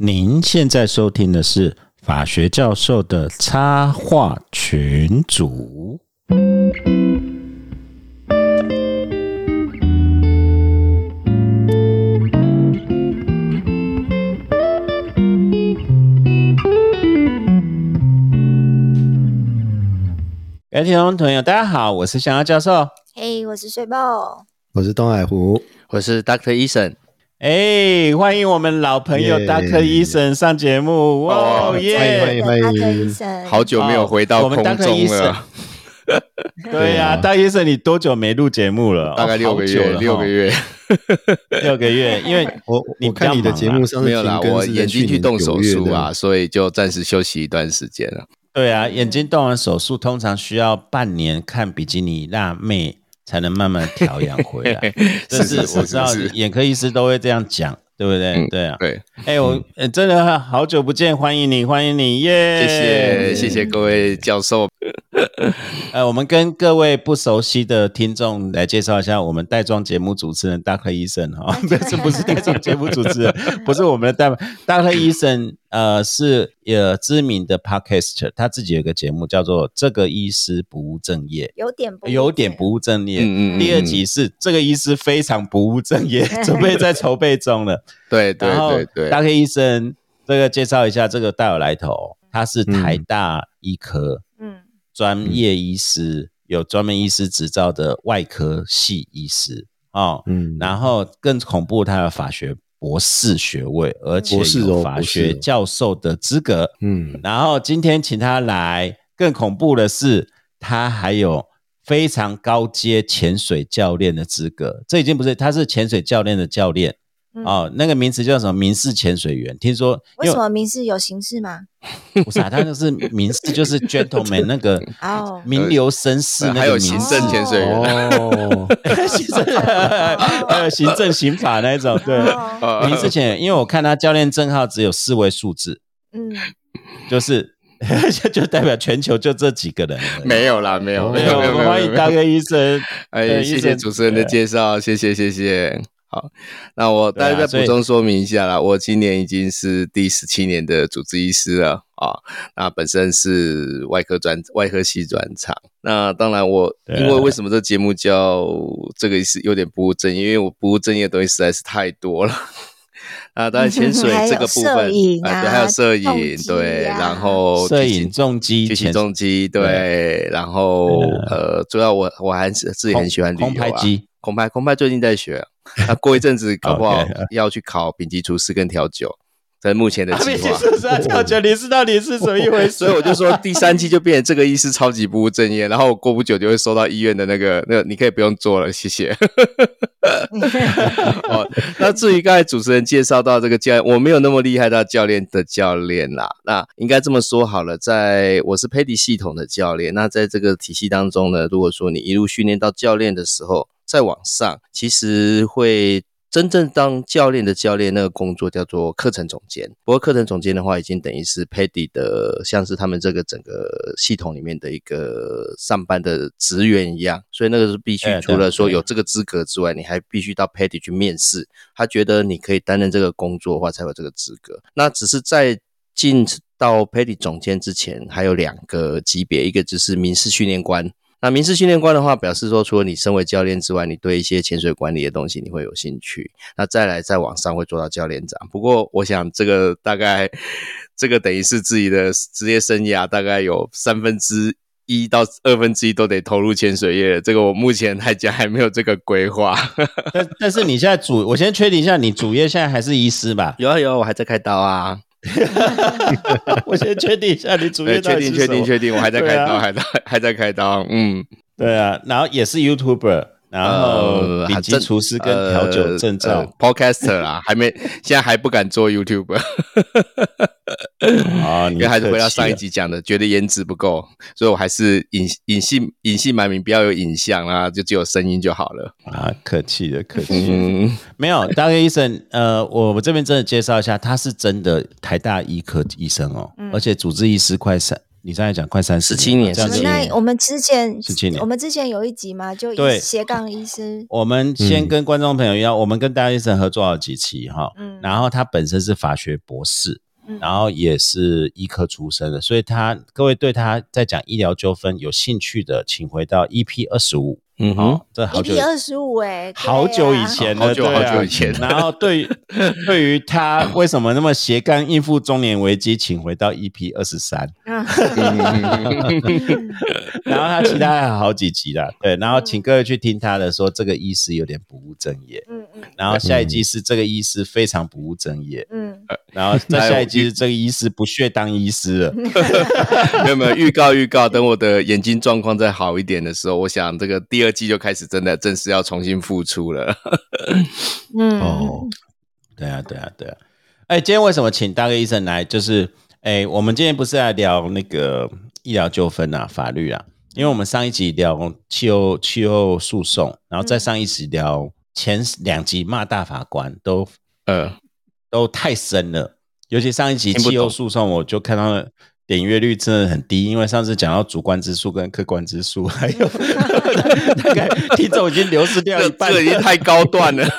您现在收听的是法学教授的插画群组。各位听众朋友大家好，我是祥耀教授。 嘿，我是水豹， 我是东海湖， 我是 Dr. Eason。 欢迎我们老朋友 Dr. Eason 上节目。 欢迎 Dr. Eason， 好久没有回到空中了。 对啊 Dr. Eason 你多久没录节目了？ 大概6个月，6个月 ，6个月。因为我看你的节目上没有啦，我眼睛去动手术啊，所以就暂时休息一段时间了。 对啊，眼睛动完手术通常需要半年看比基尼辣妹才能慢慢调养回来。这是我知道眼科医师都会这样讲，对不对？对啊， 对。 我真的好久不见，欢迎你耶！ 谢谢各位教授。 我们跟各位不熟悉的听众来介绍一下我们带状节目主持人 Dr. Eason 不是带状节目主持人，不是我们的Dr. Eason， 是知名的 podcaster， 他自己有一个节目叫做这个医师不务正业，有点不务正业。第2集是这个医师非常不务正业，准备在筹备中了。 对。 Dr. Eason 这个介绍一下这个大有来头，他是台大医科专业医师，有专门医师执照的外科系医师然后更恐怖，他有法学博士学位，而且有法学教授的资格。然后今天请他来，更恐怖的是，他还有非常高阶潜水教练的资格。这已经不是，他是潜水教练的教练。那个名词叫什么？民事潜水员。听说为什么民事有刑事吗？ 不是啊，他就是民事，就是 gentleman 那个名流绅士那个， 还有行政潜水员行政刑法那一种。对，民事潜水员，因为我看他教练证号只有4位数字，就是就代表全球就这几个人。 没有啦，没有。 欢迎Dr. Eason。 谢谢主持人的介绍，谢谢。好，那我大概再补充说明一下啦。我今年已经是第17年的主治医师了啊。那本身是外科系专长。那当然因为什么这节目叫这个是有点不务正业，因为我不务正业的东西实在是太多了。当然潜水这个部分，对，还有摄影，对，然后摄影、重机、 重机，对，然后主要我还是自己很喜欢旅游啊。空拍最近在学，那过一阵子搞不好要去考丙级厨师跟调酒，这是目前的计划。 丙级厨师调酒，你是到底是怎么一回事？ 所以我就说第3季就变成这个医师超级不务正业，然后过不久就会收到医院的那个你可以不用做了，谢谢。那至于刚才主持人介绍到这个教练，我没有那么厉害到教练的教练啦。那应该这么说好了，我是 PADI 系统的教练，那在这个体系当中呢，如果说你一路训练到教练的时候，再往上，其实会真正当教练的教练那个工作叫做课程总监。不过课程总监的话，已经等于是 PADI 的，像是他们这个整个系统里面的一个上班的职员一样，所以那个是必须除了说有这个资格之外，你还必须到 PADI 去面试，他觉得你可以担任这个工作的话才有这个资格。那只是在进到 PADI 总监之前还有2个级别，一个就是民事训练官。那民事训练官的话，表示说除了你身为教练之外，你对一些潜水管理的东西你会有兴趣，那再往上会做到教练长。不过我想这个等于是自己的职业生涯大概有1/3到1/2都得投入潜水业，这个我目前还没有这个规划。 但是你现在我先确定一下，你主业现在还是医师吧？ 有我还在开刀啊。 我先确定一下你主业到底是什么。 确定，我还在开刀，还在开刀。 对啊，然后也是 YouTuber， 然后丙级厨师跟调酒证照 ，podcaster 啦，现在还不敢做 YouTuber。因为还是回到上一集讲的，觉得颜值不够，所以我还是隐姓埋名，不要有影像啦，就只有声音就好了。 客气的。没有Dr. Eason，我这边真的介绍一下，他是真的台大医科医生而且主治医师快你刚才讲快 17年这样子那我们之前有一集嘛，就对斜杠医师。 我们先跟观众朋友一样，我们跟戴医生合作了几期哈，然后他本身是法学博士，然后也是医科出身的，所以各位对他在讲医疗纠纷有兴趣的，请回到 EP25。这好久 EP25 好久以前了， 好久以前。 然后对于他为什么那么斜杠应付中年危机，请回到 EP23。然后他其他还有好几集啦，对，然后请各位去听他的说这个医师有点不务正业，然后下一集是这个医师非常不务正业，然后再下一集是这个医师不屑当医师了。 没有预告，等我的眼睛状况再好一点的时候，我想这个第2季就开始正式要重新复出了。 对啊。今天为什么请大哥医生来？就是我们今天不是来聊那个医疗纠纷啊、法律啊，因为我们上一集聊气候诉讼，然后再上一集聊前2集骂大法官，都太深了。尤其上一集气候诉讼，我就看到点阅率真的很低，因为上次讲到主观之诉跟客观之诉，还有大概听众已经流失掉一半， 这已经太高段了。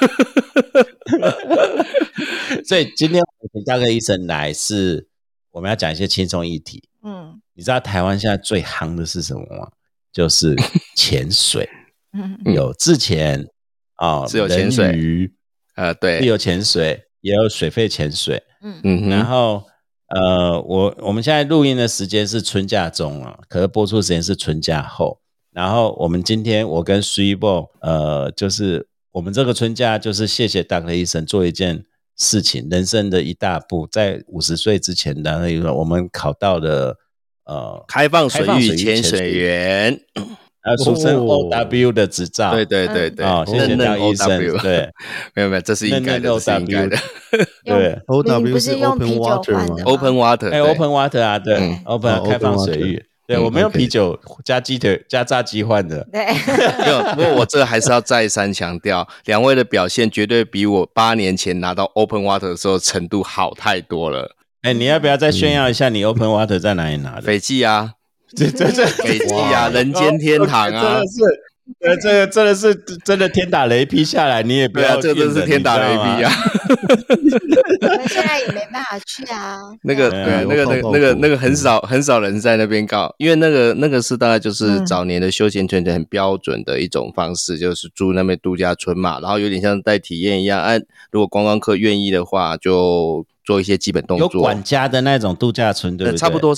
所以今天我请大哥医生来，是我们要讲一些轻松议题。你知道台湾现在最夯的是什么吗？就是潜水。有自潜自由潜水， 人鱼对， 自由潜水，也有水肺潜水。然后我们现在录音的时间是春假中啊，可是播出时间是春假后。然后我们今天我跟 Sribo 就是我们这个春假就是谢谢大哥医生做一件事情，人生的一大步，在50岁之前的我们考到了开放水域潜水员， 俗称 OW 的执照。 对， 谢谢大医生。对， 没有，这是应该的，这是应该的。 对 ，OW 是 Open Water 吗 ？Open Water，Open Water 啊，对，Open 开放水域。对，我们用啤酒加鸡腿加炸鸡换的。 对， 没有。不过我这还是要再三强调，两位的表现绝对比我8年前拿到 Open Water 的时候程度好太多了。 你要不要再炫耀一下你 Open Water 在哪里拿的？ 斐济啊， 这斐济啊，人间天堂啊！ 这个真的是真的天打雷劈下来，你也不要这真是天打雷劈啊！ 我们现在也没办法去啊。 那个很少人在那边告，因为那个是大概就是早年的休闲圈很标准的一种方式，就是住那边度假村嘛，然后有点像带体验一样。如果观光客愿意的话，就做一些基本动作。 有管家的那种度假村，对不对？ 差不多。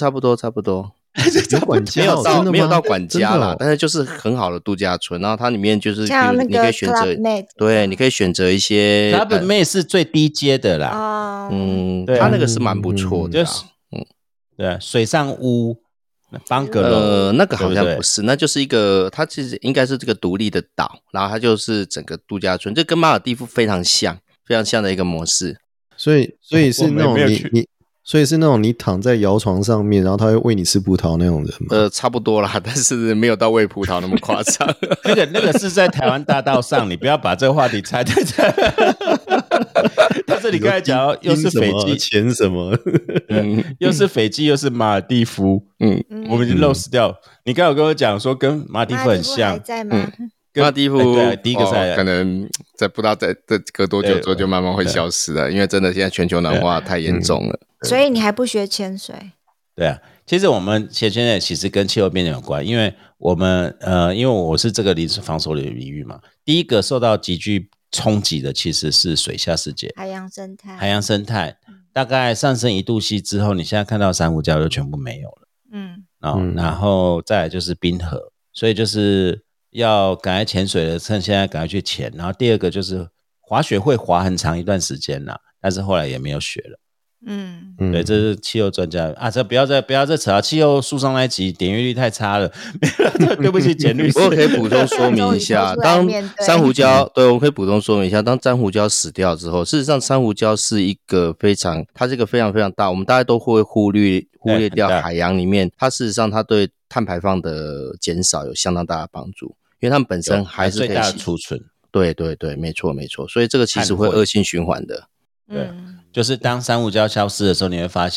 没有到管家啦，但是就是很好的度假村，然后它里面就是像那个你可以选择，对，你可以选择一些 Club Med 是最低阶的啦。 它那个是蛮不错的， 对，水上屋。Bungalow 那个好像不是，那就是一个，它其实应该是这个独立的岛，然后它就是整个度假村，这跟马尔地夫非常像的一个模式。 所以是那种所以是那种你躺在摇床上面，然后他会喂你吃葡萄那种人吗？ 差不多啦，但是没有到喂葡萄那么夸张。 那个是在台湾大道上，你不要把这个话题拆在这。但是你刚才讲又是斐济钱什么， 又是斐济又是马尔地夫，我们已经 lost 掉。你刚才有跟我讲说跟马尔地夫很像， 还在吗？ 马尔地夫对第一个赛可能不知道在隔多久之后就慢慢会消失了，因为真的现在全球暖化太严重了。 所以你还不学潜水？ 对啊，其实我们学潜水其实跟气候变迁有关，因为我们因为我是这个临时防守的领域嘛，第一个受到极具冲击的其实是水下世界、 海洋生态。 大概上升1度C之后，你现在看到珊瑚礁就全部没有了。然后再来就是冰河，所以就是要赶快潜水的，趁现在赶快去潜。然后第二个就是滑雪会滑很长一段时间啦，但是后来也没有雪了。对，这是气候专家啊，这不要再扯到气候诉讼那一集，点阅率太差了。对不起，简律师。 我可以补充说明一下，当珊瑚礁，对，我可以补充说明一下，当珊瑚礁死掉之后，事实上珊瑚礁是一个它是一个非常非常大，我们大家都会忽略掉海洋里面，它事实上它对碳排放的减少有相当大的帮助，因为它们本身还是可以最大的储存。 对，没错，所以这个其实会恶性循环的。 对。就是当珊瑚礁消失的时候，你会发现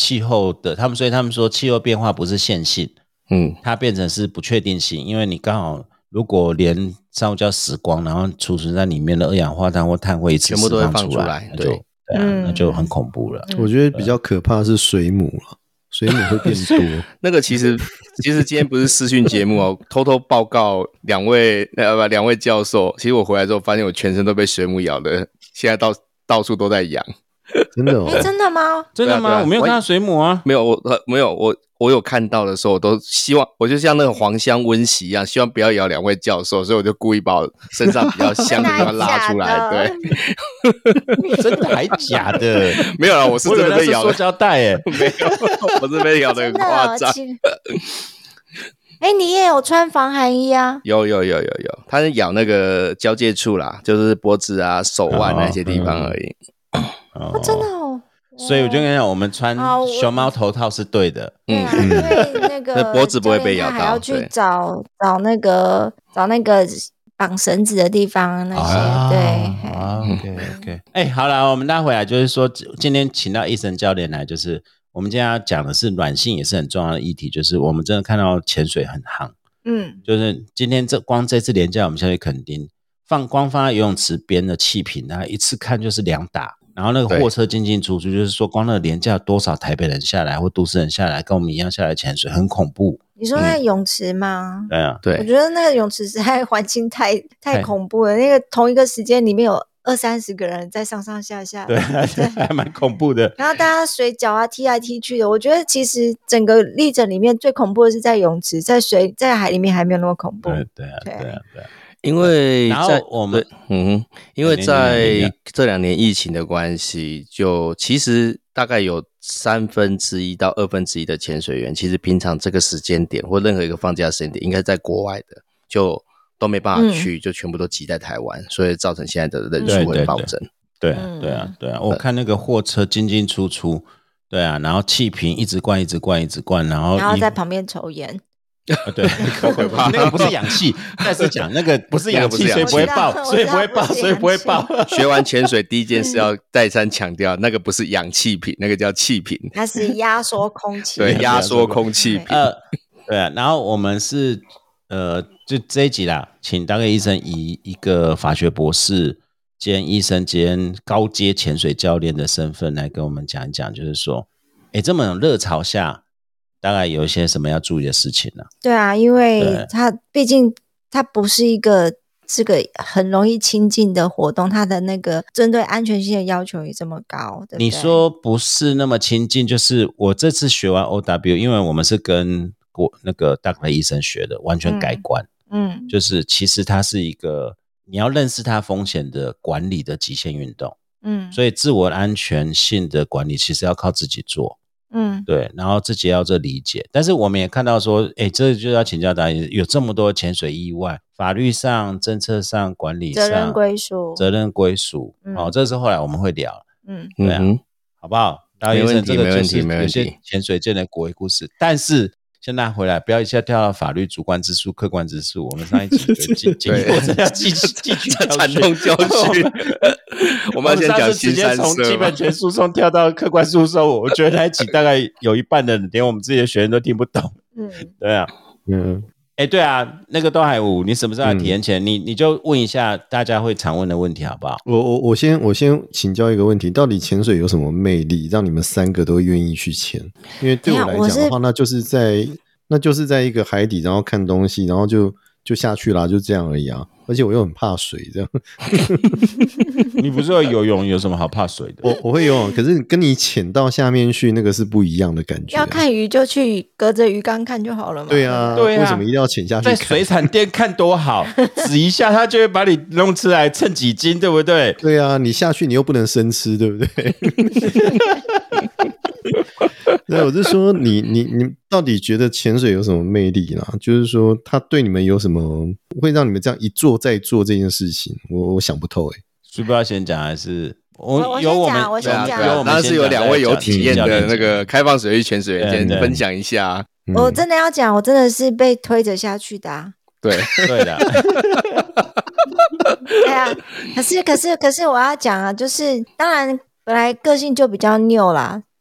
气候的，所以他们说气候变化不是线性，它变成是不确定性，因为你刚好如果连珊瑚礁死光，然后储存在里面的二氧化碳或碳会一次释放出来，对啊，那就很恐怖了。 我觉得比较可怕的是水母了。水母会变多， 那个其实今天不是视讯节目哦，偷偷报告两位教授，其实我回来之后发现我全身都被水母咬的，现在到处都在痒。 真的哦？ 真的吗？ 真的吗？我没有看到水母啊， 没有，我有看到的时候，我都希望，我就像那个黄香温习一样，希望不要咬两位教授，所以我就故意把我身上比较香的地方拉出来。 对，真的还假的？ 没有啦，我是真的被咬的。 塑胶袋耶， 没有，我是被咬的很夸张。 你也有穿防寒衣啊？ 有，它是咬那个交界处啦，就是脖子啊、手腕那些地方而已。 真的哦。 所以我就跟你讲，我们穿熊猫头套是对的。 因为那个脖子不会被咬到， 还要去找那个绑绳子的地方那些。对。 OK。好了，我们拉回来，就是说今天请到Eason教练来，就是我们今天要讲的是软性也是很重要的议题，就是我们真的看到潜水很夯。就是今天光这次连假，我们下去垦丁放在游泳池边的气瓶，然后一次看就是2打。然后那个货车进出，就是说光那个连假多少台北人下来或都市人下来，跟我们一样下来潜水，很恐怖。 你说那个泳池吗？ 对啊， 对。我觉得那个泳池实在环境太恐怖了。那个同一个时间里面有20-30个人在上上下下， 对，还蛮恐怖的。 然后大家水脚啊踢来踢去的，我觉得其实整个历程里面最恐怖的是在泳池，在海里面还没有那么恐怖。 对啊。 因为因为在这2年疫情的关系，就其实大概有1/3到1/2的潜水员，其实平常这个时间点或任何一个放假时间点，应该在国外的，就都没办法去，就全部都挤在台湾，所以造成现在的人数会暴增。 对啊，我看那个货车进出，对啊，然后气瓶一直灌，然后在旁边抽烟。 对，可怕。那个不是氧气，再次讲那个不是氧气，所以不会爆。 学完潜水第一件事要再三强调，那个不是氧气瓶，那个叫气瓶， 它是压缩空气。 对，压缩空气瓶。 对啊，然后我们是就这一集啦，请大概医生以一个法学博士兼医生兼高阶潜水教练的身份来跟我们讲一讲，就是说，这么热潮下。大概有一些什么要注意的事情呢？ 对啊，因为它毕竟它不是一个这个很容易亲近的活动，它的那个针对安全性的要求也这么高，对不对？ 你说不是那么亲近，就是我这次学完 OW， 因为我们是跟那个大概医生学的，完全改观。就是其实它是一个你要认识它风险的管理的极限运动。所以自我安全性的管理其实要靠自己做。对，然后自己要这理解，但是我们也看到说，这就要请教大家，有这么多潜水意外，法律上、政策上、管理上、责任归属，这是后来我们会聊，对啊，好不好？ 没问题， 这个就是有些潜水界的鬼故事，但是现在回来，不要一下跳到法律主观之诉、客观之诉。我们上一集经过这要汲取惨痛教训。我们要先讲新三社， 从基本权诉讼跳到客观诉讼，我觉得那一集大概有一半的人连我们自己的学员都听不懂。对啊，对啊，那个东海武，你什么时候来体验潜？你就问一下大家会常问的问题好不好？ 我先请教一个问题，到底潜水有什么魅力，让你们3个都愿意去潜？因为对我来讲的话，那就是在一个海底，然后看东西，然后就下去啦，就这样而已啊。而且我又很怕水，这样。 你不是会游泳，有什么好怕水的？ 我会游泳，可是跟你潜到下面去，那个是不一样的感觉。 要看鱼就去隔着鱼缸看就好了嘛。 对啊，为什么一定要潜下去看？ 在水产店看多好，指一下他就会把你弄出来称几斤，对不对？ 对啊，你下去你又不能生吃，对不对？对，我是说你到底觉得潜水有什么魅力啦？就是说它对你们有什么会让你们这样一做再做这件事情？我想不透需不要先讲还是我先讲， 当然是有2位有体验的那个开放水域潜水员先分享一下。 我真的要讲，我真的是被推着下去的啊。 对的。 对啊，可是我要讲啊，就是当然本来个性就比较拗啦。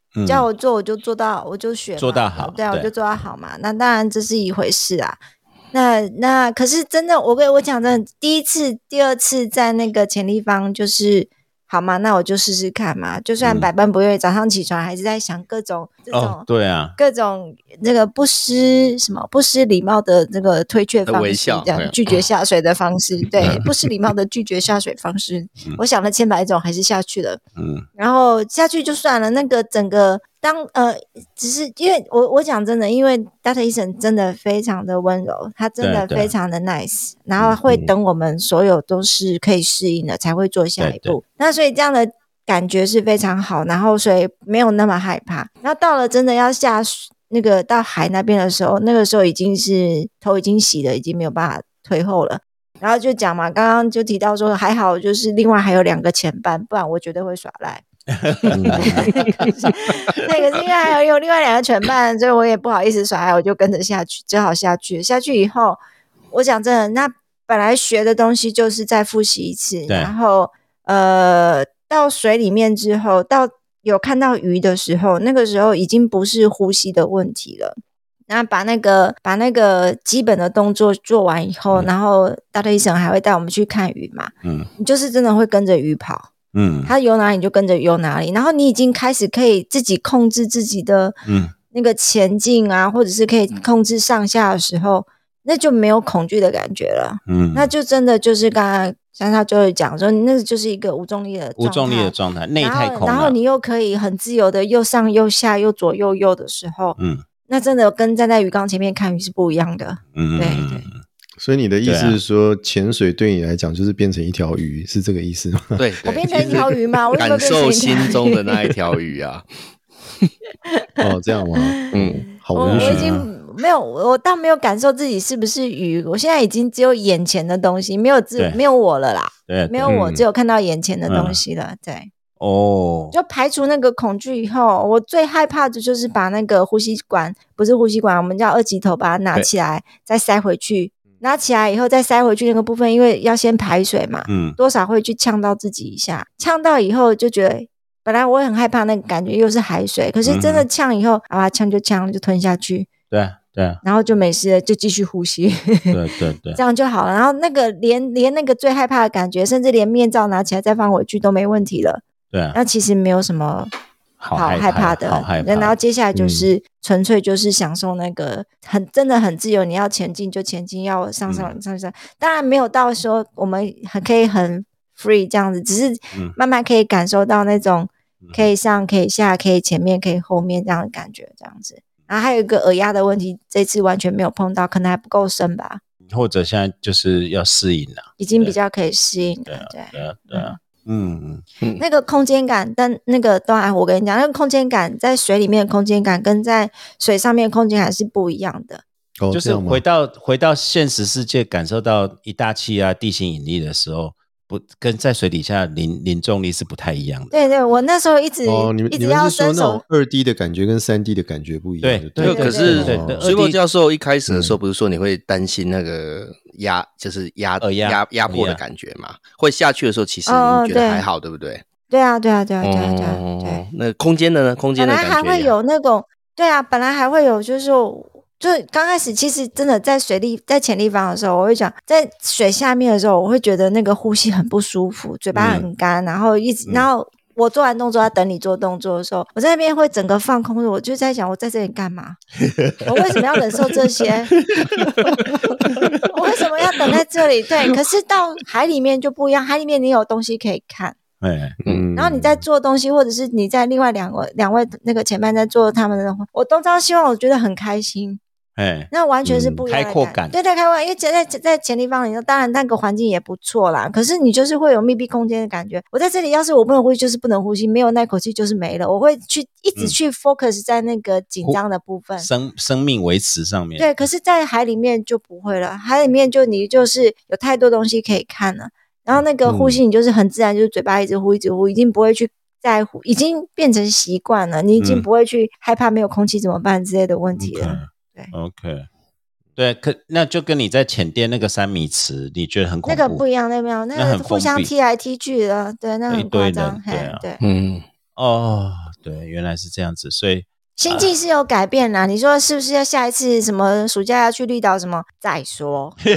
叫我做我就做到，我就学做到好， 对，我就做到好嘛。那当然这是一回事啊。那可是真的，我讲真的，第一次、第二次在那个潜立方就是好嘛，那我就试试看嘛。就算百般不愿意，早上起床还是在想各种这种对啊， 各种那个不失礼貌的这个推却方式，这样拒绝下水的方式，对，不失礼貌的拒绝下水方式。我想了千百种，还是下去了。然后下去就算了，那个整个。只是因为我讲真的，因为 Dr. 医生真的非常的温柔，他真的非常的 nice， 然后会等我们所有都是可以适应的才会做下一步。那所以这样的感觉是非常好，然后所以没有那么害怕。然后到了真的要下那个到海那边的时候，那个时候已经是头已经洗了，已经没有办法退后了。然后就讲嘛，刚刚就提到说还好，就是另外还有2个前伴，不然我绝对会耍赖。那个是因为还有另外2个全伴，所以我也不好意思耍赖，我就跟着下去，只好下去。下去以后，我讲真的，那本来学的东西就是再复习一次，然后到水里面之后，到有看到鱼的时候，那个时候已经不是呼吸的问题了。那把那个基本的动作做完以后，然后Dr.医生还会带我们去看鱼嘛，你就是真的会跟着鱼跑。他游哪里你就跟着游哪里，然后你已经开始可以自己控制自己的那个前进啊，或者是可以控制上下的时候，那就没有恐惧的感觉了。那就真的就是刚刚像他就会讲说，那就是一个无重力的状态，内太空， 然后你又可以很自由的又上又下又左右右的时候，那真的跟站在鱼缸前面看鱼是不一样的。对。 所以你的意思是说，潜水对你来讲就是变成一条鱼，是这个意思吗？ 对， 我变成一条鱼吗？ 感受心中的那一条鱼啊。 这样吗？好文学啊。 我已经没有，我倒没有感受自己是不是鱼，我现在已经只有眼前的东西，没有我了啦。 对， 没有我，只有看到眼前的东西了。对。就排除那个恐惧以后，我最害怕的就是把那个呼吸管，不是呼吸管，我们叫2级头，把它拿起来再塞回去。拿起来以后再塞回去那个部分，因为要先排水嘛，多少会去呛到自己一下。呛到以后就觉得，本来我很害怕那个感觉，又是海水，可是真的呛以后，呛就呛，就吞下去。 对， 然后就没事了，就继续呼吸。 对， 这样就好了。然后那个连那个最害怕的感觉，甚至连面罩拿起来再放回去都没问题了。 对， 那其实没有什么好害怕的。然后接下来就是纯粹就是享受那个真的很自由，你要前进就前进，要上。当然没有到说我们可以很 free 这样子，只是慢慢可以感受到那种可以上可以下可以前面可以后面这样的感觉，这样子。然后还有一个耳压的问题，这次完全没有碰到，可能还不够深吧， 或者现在就是要适应了， 已经比较可以适应了。 对啊。 那个空间感，但那个当然我跟你讲，那个空间感在水里面的空间感跟在水上面的空间感是不一样的。 就是回到现实世界，感受到一大气啊、地心引力的时候，不跟在水底下零重力是不太一样的。 对，我那时候一直你们是说那种2D 的感觉跟3D 的感觉不一样？ 对。可是水果教授一开始的时候不是说你会担心那个就是压迫的感觉嘛？会下去的时候其实你觉得还好，对不对？ 对啊。 那空间的呢？空间的感觉本来还会有那种，对啊，本来还会有就是刚开始其实真的在潜立方的时候，我会讲在水下面的时候，我会觉得那个呼吸很不舒服，嘴巴很干，然后然后我做完动作要等你做动作的时候，我在那边会整个放空，我就在想我在这里干嘛？我为什么要忍受这些？我为什么要等在这里？对，可是到海里面就不一样，海里面你有东西可以看。然后你在做东西，或者是你在另外两位那个前伴在做他们的，我东张西望，我觉得很开心。那完全是不一样的开阔感。 对，开阔感，因为在前立方里头，当然那个环境也不错啦，可是你就是会有密闭空间的感觉。我在这里，要是我不能呼吸，就是不能呼吸，没有那口气就是没了。我会一直去 focus 在那个紧张的部分， 生命维持上面。 对，可是在海里面就不会了，海里面你就是有太多东西可以看了，然后那个呼吸你就是很自然，就是嘴巴一直呼，已经不会去在乎，已经变成习惯了，你已经不会去害怕没有空气怎么办之类的问题了。 OK， 对，那就跟你在浅店那个3米池，你觉得很恐怖？ 那个不一样，那个互相踢来踢去的，对，那很夸张。对， 对，原来是这样子，所以心境是有改变啦。你说是不是要下一次什么暑假要去绿岛什么再说？对，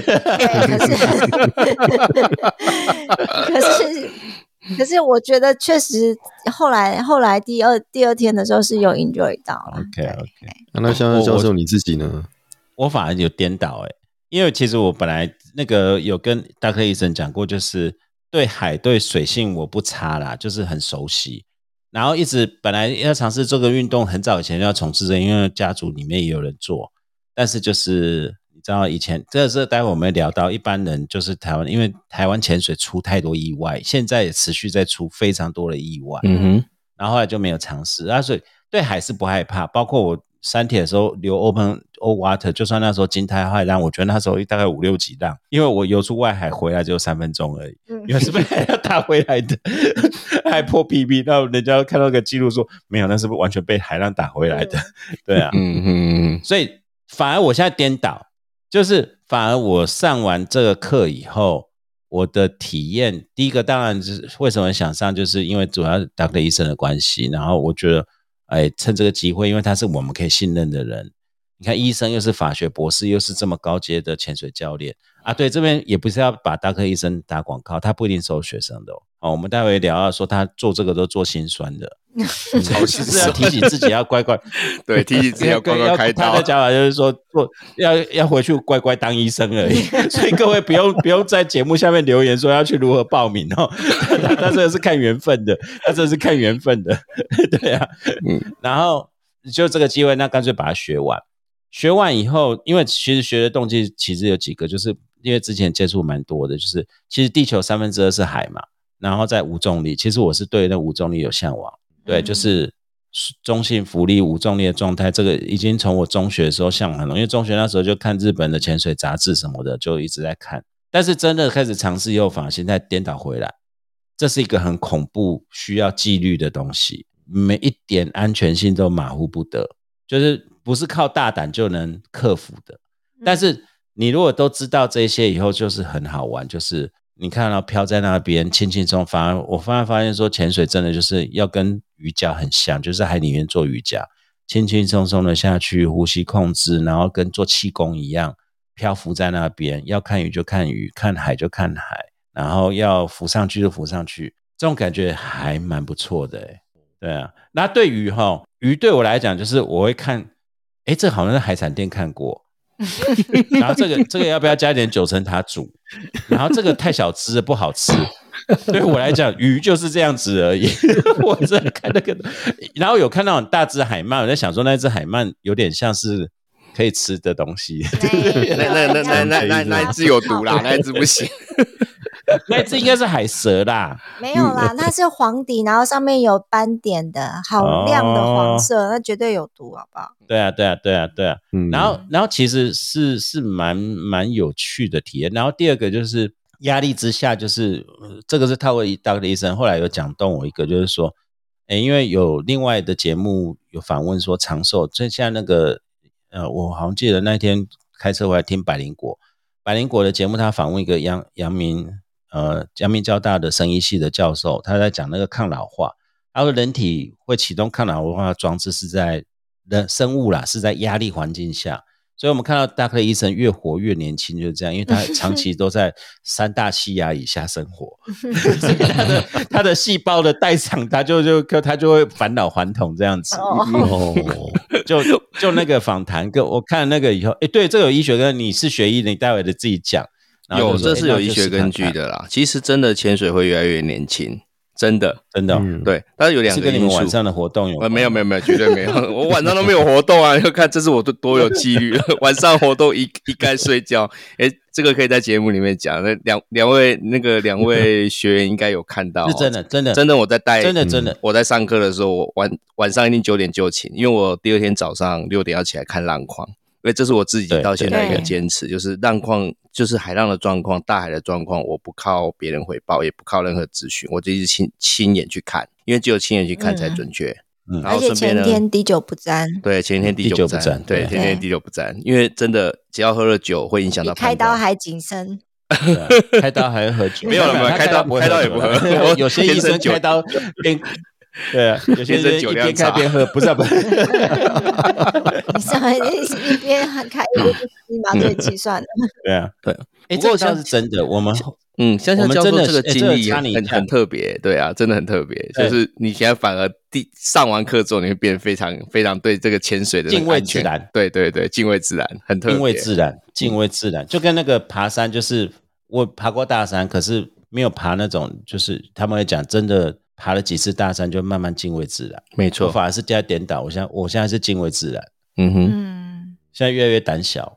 可是我觉得确实后来第二天的时候是有 enjoy 到了。 OK， 那像教授你自己呢？ 我反而有颠倒因为其实我本来那个有跟大科医生讲过，就是对海对水性我不差啦，就是很熟悉。然后一直本来要尝试这个运动，很早以前就要从事，因为家族里面也有人做，但是就是你知道以前这是待会我们聊到一般人就是台湾，因为台湾潜水出太多意外，现在也持续在出非常多的意外，然后后来就没有尝试所以对海是不害怕，包括我三铁的时候留 open water， 就算那时候惊涛骇浪，我觉得那时候大概5-6级浪，因为我游出外海回来只有3分钟而已，因为是被海浪打回来的，还破 PB， 然后人家看到个记录说没有，那是不是完全被海浪打回来的？对啊，所以反而我现在颠倒，就是反而我上完这个课以后，我的体验第一个当然是为什么想上，就是因为主要 Dr. 医生的关系，然后我觉得趁这个机会，因为他是我们可以信任的人，你看医生又是法学博士，又是这么高阶的潜水教练对，这边也不是要把大科医生打广告，他不一定收学生的我们待会聊到说他做这个都做心酸的，是要提醒自己要乖乖， 对，提醒自己要乖乖开刀。 他的讲法就是说要回去乖乖当医生而已，所以各位不用在节目下面留言说要去如何报名他这个是看缘分的，对啊，然后就这个机会，那干脆把它学完。学完以后，因为其实学的动机其实有几个，就是因为之前接触蛮多的，就是其实地球2/3是海嘛，然后在无重力，其实我是对那无重力有向往，对，就是中性浮力无重力的状态，这个已经从我中学的时候向往很多，因为中学那时候就看日本的潜水杂志什么的，就一直在看，但是真的开始尝试以后，反而现在颠倒回来，这是一个很恐怖需要纪律的东西，每一点安全性都马虎不得，就是不是靠大胆就能克服的，但是你如果都知道这些以后，就是很好玩，就是你看到飘在那边轻轻松，反而我发现说潜水真的就是要跟瑜伽很像，就是在海里面做瑜伽，轻轻松松的下去，呼吸控制，然后跟做气功一样，漂浮在那边，要看鱼就看鱼，看海就看海，然后要浮上去就浮上去，这种感觉还蛮不错的对啊。那对鱼鱼对我来讲就是我会看这好像在海产店看过然后这个要不要加一点9层塔煮，然后这个太小只不好吃，对我来讲鱼就是这样子而已我在看那个，然后有看到很大只海鳗，我在想说那只海鳗有点像是可以吃的东西那一只有毒啦那一只不行那一只应该是海蛇啦， 没有啦，它是黄底，然后上面有斑点的，好亮的黄色，那绝对有毒，好不好？ 对啊，然后其实是蛮有趣的体验。然后第二个就是压力之下，就是这个是套过Dr.医生后来有讲动我一个，就是说，因为有另外的节目有访问说长寿，就像那个我好像记得那天开车回来听百灵果的节目，他访问一个阳明交大的生医系的教授，他在讲那个抗老化，他说人体会启动抗老化的装置是在生物啦，是在压力环境下，所以我们看到大科医生越活越年轻就是这样，因为他长期都在3大气压以下生活所以他的细胞的代偿他就会返老还童这样子就那个访谈跟我看那个以后对，这个有医学根据，你是学医的你待会的自己讲， 有这是有医学根据的啦，其实真的潜水会越来越年轻，真的对，但是有2个因素，是跟你们晚上的活动有关没有绝对没有我晚上都没有活动啊，就看这是我多有纪律了晚上活动一概睡觉这个可以在节目里面讲，那两位学员应该有看到是真的我在带真的我在上课的时候，我晚上一定9点就寝，因为我第二天早上6点要起来看浪况，因为这是我自己到现在一个坚持，就是浪况就是海浪的状况，大海的状况，我不靠别人回报，也不靠任何资讯，我就是亲眼去看，因为只有亲眼去看才准确然后而且前天滴酒不沾， 对，前天滴酒不沾，对，前天滴酒不沾，因为真的只要喝了酒会影响到开刀还谨慎开刀还会喝酒没有开刀也不喝有些医生开刀对啊，有些人一边开边喝，不是不是。 你上来一边开一边立马可以计算的。 对啊，对。不过倒是真的，我们香香教授这个经历很特别，对啊，真的很特别。就是你现在反而上完课之后，你会变得非常非常对这个潜水的敬畏自然， 对对对，敬畏自然，很特别。 敬畏自然，就跟那个爬山，就是我爬过大山，可是没有爬那种，就是他们会讲，真的爬了几次大山，就慢慢敬畏自然。 没错， 我反而是在颠倒，我现在是敬畏自然。现在越来越胆小。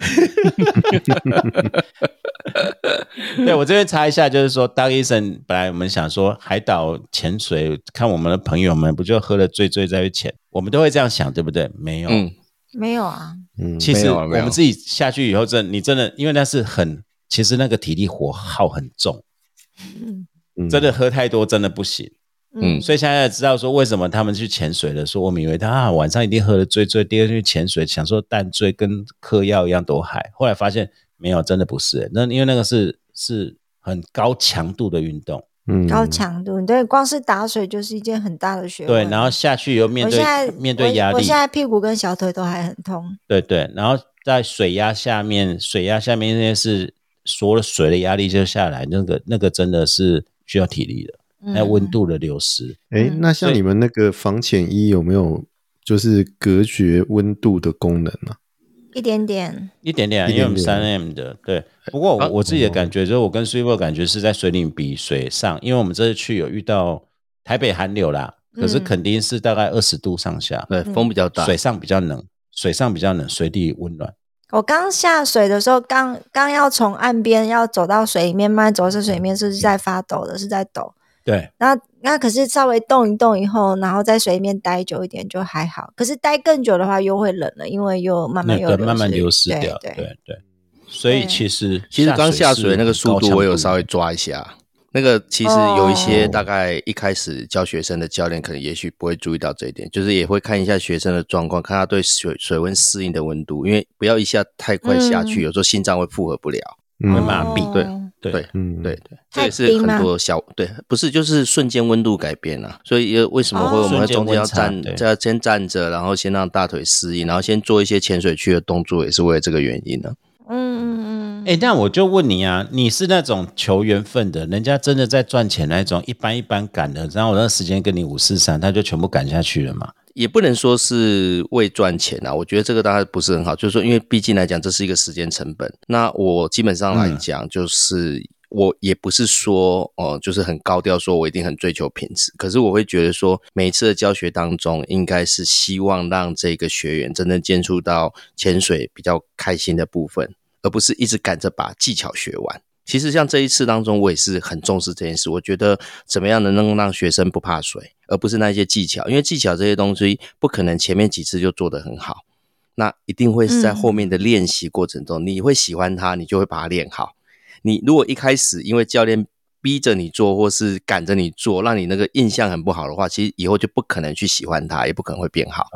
对，我这边查一下，就是说Doug Eason本来我们想说海岛潜水，看我们的朋友们不就喝了醉再去潜，我们都会这样想，对不对？没有， 没有啊。 其实我们自己下去以后，你真的，因为那是其实那个体力活耗很重，真的喝太多真的不行。所以现在知道说为什么他们去潜水的时候，我们以为他晚上一定喝了醉，第二天去潜水想说淡醉跟嗑药一样多嗨，后来发现没有，真的不是。那因为那个是很高强度的运动， 高强度，对，光是打水就是一件很大的学问。 对，然后下去以后面对压力， 我现在屁股跟小腿都还很痛。 对，然后在水压下面那些是所有水的压力就下来，那个真的是需要体力的。还有温度的流失。 那像你们那个防潜衣有没有就是隔绝温度的功能呢？ 一点点， 因为我们 3M 的。对，不过我自己的感觉就是我跟 Silver 感觉是在水里比水上，因为我们这次去有遇到台北寒流啦，可是肯定是大概20度上下， 对，风比较大， 水上比较冷，水底温暖。 我刚下水的时候，刚要从岸边要走到水里面，慢慢走到水里面，是在发抖的，是在抖。 对， 那可是稍微动一动以后，然后在水里面待久一点就还好。可是待更久的话又会冷了，因为又慢慢流失掉。对，所以其实刚下水那个速度我有稍微抓一下。那个其实有一些大概一开始教学生的教练可能也许不会注意到这一点，就是也会看一下学生的状况，看他对水温适应的温度，因为不要一下太快下去，有时候心脏会负荷不了， 会麻痹。 对，这也是很多不是就是瞬间温度改变啊，所以为什么我们中间要先站着，然后先让大腿适应，然后先做一些潜水区的动作，也是为了这个原因呢。 那我就问你啊，你是那种求缘分的，人家真的在赚钱那种一般赶的，然后我那时间跟你543，他就全部赶下去了嘛？ 也不能说是为赚钱啊，我觉得这个当然不是很好，就是说因为毕竟来讲这是一个时间成本。那我基本上来讲就是我也不是说就是很高调说我一定很追求品质，可是我会觉得说每一次的教学当中应该是希望让这个学员真正接触到潜水比较开心的部分，而不是一直赶着把技巧学完。其实像这一次当中我也是很重视这件事，我觉得怎么样能让学生不怕水，而不是那些技巧，因为技巧这些东西不可能前面几次就做得很好，那一定会是在后面的练习过程中，你会喜欢它，你就会把它练好。你如果一开始因为教练逼着你做或是赶着你做，让你那个印象很不好的话，其实以后就不可能去喜欢它，也不可能会变好。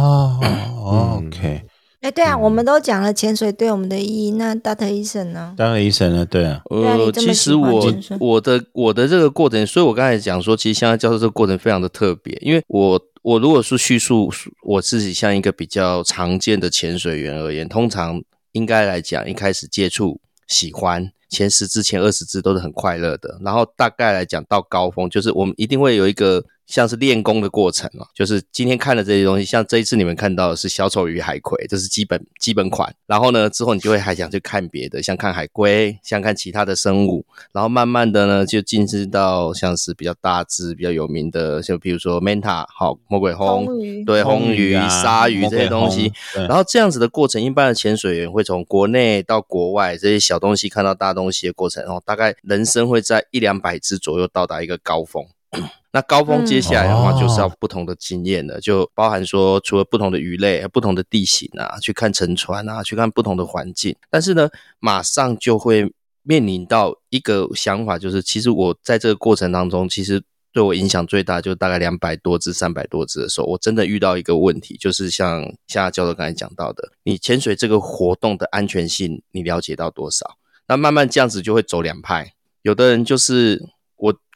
OK。 对啊，我们都讲了潜水对我们的意义，那 Dr. Eason 呢？ 当然 Eason 呢，对啊。 其实我的这个过程，所以我刚才讲说，其实香香教授这个过程非常的特别，因为我如果是叙述我自己像一个比较常见的潜水员而言，通常应该来讲一开始接触喜欢前10支前20支都是很快乐的，然后大概来讲到高峰，就是我们一定会有一个像是练功的过程就是今天看的这些东西，像这一次你们看到的是小丑鱼海葵，这是基本款，然后呢之后你就会还想去看别的，像看海龟，像看其他的生物，然后慢慢的呢就进入到像是比较大只比较有名的，就比如说 Manta 魔鬼红，对，红鱼鲨鱼这些东西，然后这样子的过程，一般的潜水员会从国内到国外这些小东西看到大东西的过程，大概人生会在100-200只左右到达一个高峰。那高峰接下来的话就是要不同的经验了，就包含说除了不同的鱼类不同的地形啊，去看沉船啊，去看不同的环境，但是呢马上就会面临到一个想法，就是其实我在这个过程当中，其实对我影响最大就大概200多只300多只的时候，我真的遇到一个问题，就是像夏教授刚才讲到的，你潜水这个活动的安全性你了解到多少，那慢慢这样子就会走两派，有的人就是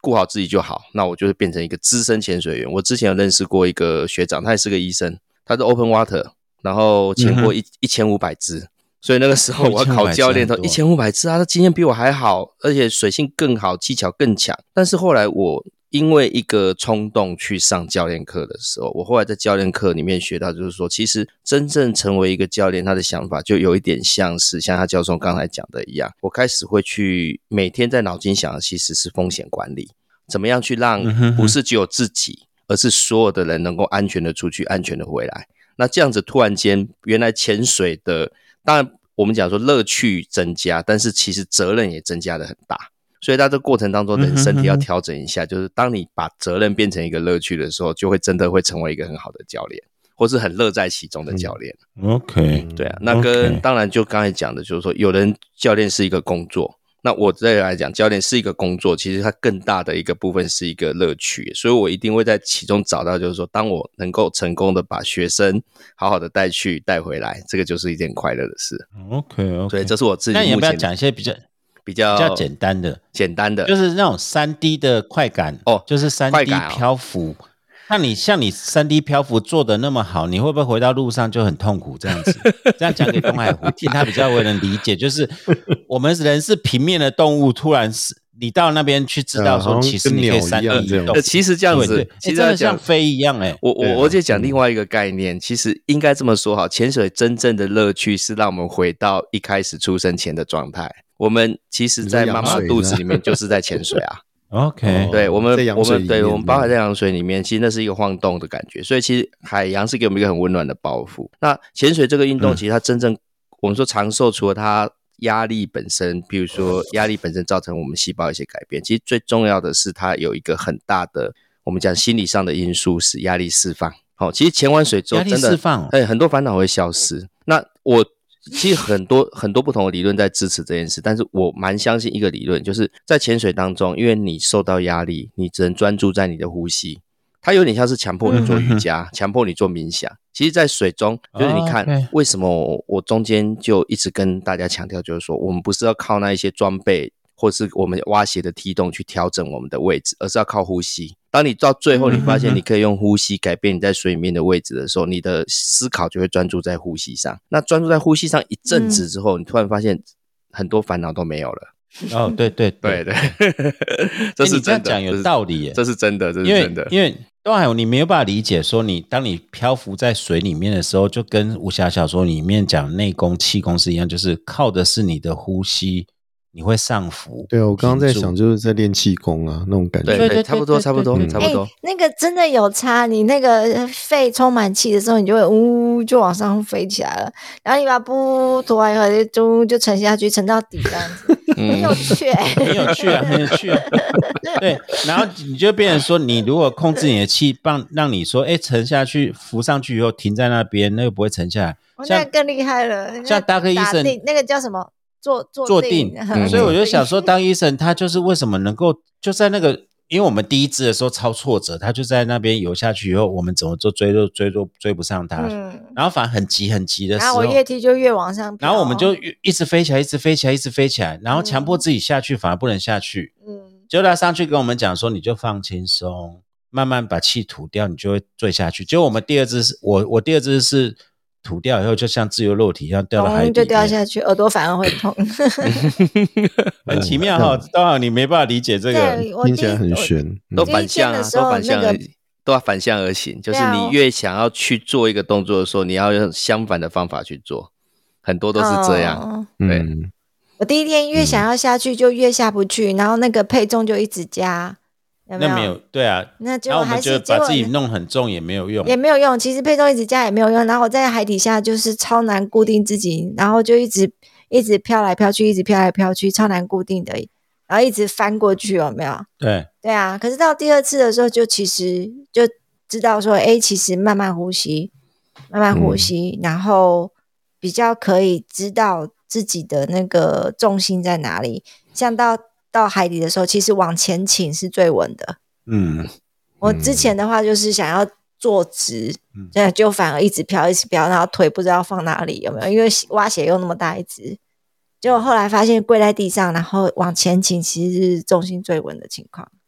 顾好自己就好，那我就会变成一个资深潜水员。我之前有认识过一个学长，他也是个医生，他是 Open Water， 然后潜过1500只，所以那个时候我要考教练的1500只啊，他经验比我还好，而且水性更好，技巧更强。但是后来我因为一个冲动去上教练课的时候，我后来在教练课里面学到，就是说其实真正成为一个教练，他的想法就有一点像他教授刚才讲的一样，我开始会去每天在脑筋想的其实是风险管理，怎么样去让不是只有自己，而是所有的人能够安全的出去，安全的回来。那这样子突然间，原来潜水的，当然我们讲说乐趣增加，但是其实责任也增加的很大。所以在这个过程当中，人身体要调整一下，就是当你把责任变成一个乐趣的时候，就会真的会成为一个很好的教练，或是很乐在其中的教练。 OK， 对啊，那跟当然就刚才讲的，就是说有人教练是一个工作，那我再来讲，教练是一个工作，其实它更大的一个部分是一个乐趣，所以我一定会在其中找到，就是说，当我能够成功的把学生好好的带回来，这个就是一件快乐的事。 OK， 所以这是我自己目前。 那你要不要讲一些比较简单的，就是那种3D 的快感就是 3D 漂浮。那你像你 3D 漂浮做的那么好，你会不会回到路上就很痛苦这样子？这样讲给东海湖听，他比较为人理解。就是我们人是平面的动物，突然你到那边去知道说，其实你可以 3D 移动。 其实这样子，其实真的像飞一样我就讲另外一个概念，其实应该这么说好，潜水真正的乐趣是让我们回到一开始出生前的状态。我们其实在妈妈肚子里面就是在潜水啊。 OK， 对，我们包含在羊水里面，其实那是一个晃动的感觉，所以其实海洋是给我们一个很温暖的包袱。那潜水这个运动，其实它真正我们说长寿，除了它压力本身，比如说压力本身造成我们细胞一些改变，其实最重要的是它有一个很大的我们讲心理上的因素是压力释放。其实潜完水之后真的很多烦恼会消失。那我其实很多不同的理论在支持这件事，但是我蛮相信一个理论，就是在潜水当中，因为你受到压力，你只能专注在你的呼吸，它有点像是强迫你做瑜伽，强迫你做冥想。其实在水中，就是你看为什么我中间就一直跟大家强调，就是说我们不是要靠那一些装备或是我们蛙鞋的踢动去调整我们的位置，而是要靠呼吸。当你到最后你发现你可以用呼吸改变你在水里面的位置的时候，你的思考就会专注在呼吸上。那专注在呼吸上一阵子之后，你突然发现很多烦恼都没有了。 对， 这是真的。你这样讲有道理耶， 这是真的，这是真的。 因为东海你没有办法理解说，当你漂浮在水里面的时候，就跟武侠小说里面讲内功气功是一样，就是靠的是你的呼吸。你会上浮。 对啊，我刚刚在想，就是在练气功啊，那种感觉。 对，差不多。 那个真的有差，你那个肺充满气的时候，你就会就往上飞起来了，然后你把吐完以后就沉下去，沉到底这样子，很有趣， 很有趣啊。对，然后你就变成说，你如果控制你的气，让你说，沉下去，浮上去以后停在那边，那个不会沉下来。 那更厉害了， 像大科医生那个叫什么？坐定， 所以我就想说，当医生他就是为什么能够就在那个，因为我们第一支的时候超挫折，他就在那边游下去以后，我们怎么都追不上他，然后反而很急的时候， 然后我越踢就越往上飘， 然后我们就一直飞起来，然后强迫自己下去，反而不能下去，结果他上去跟我们讲说，你就放轻松，慢慢把气吐掉，你就会坠下去。结果我们第二支是我第二支是。吐掉以后就像自由落体一样掉到海底， 就掉下去，耳朵反而会痛， 很奇妙哈。当然你没办法理解这个， 听起来很玄， 都反向啊，都要反向而行。就是你越想要去做一个动作的时候，你要用相反的方法去做，很多都是这样。对， 我第一天越想要下去就越下不去，然后那个配重就一直加。 那没有，对啊， 那然后我们觉得把自己弄很重也没有用， 其实配重一直加也没有用。然后我在海底下就是超难固定自己，然后就一直飘来飘去，一直飘来飘去，超难固定的，然后一直翻过去，有没有？对啊。可是到第二次的时候，就其实就知道说，其实慢慢呼吸，然后比较可以知道自己的那个重心在哪里，像到海底的时候，其实往前倾是最稳的。我之前的话就是想要坐直，就反而一直飘，然后腿不知道放哪里，有没有？因为蛙鞋又那么大一只，结果后来发现跪在地上，然后往前倾，其实是重心最稳的情况。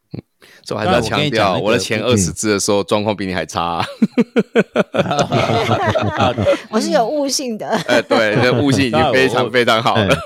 所以还是要强调，我的前20支的时候状况比你还差。 我是有悟性的。 对，那悟性已经非常非常好了。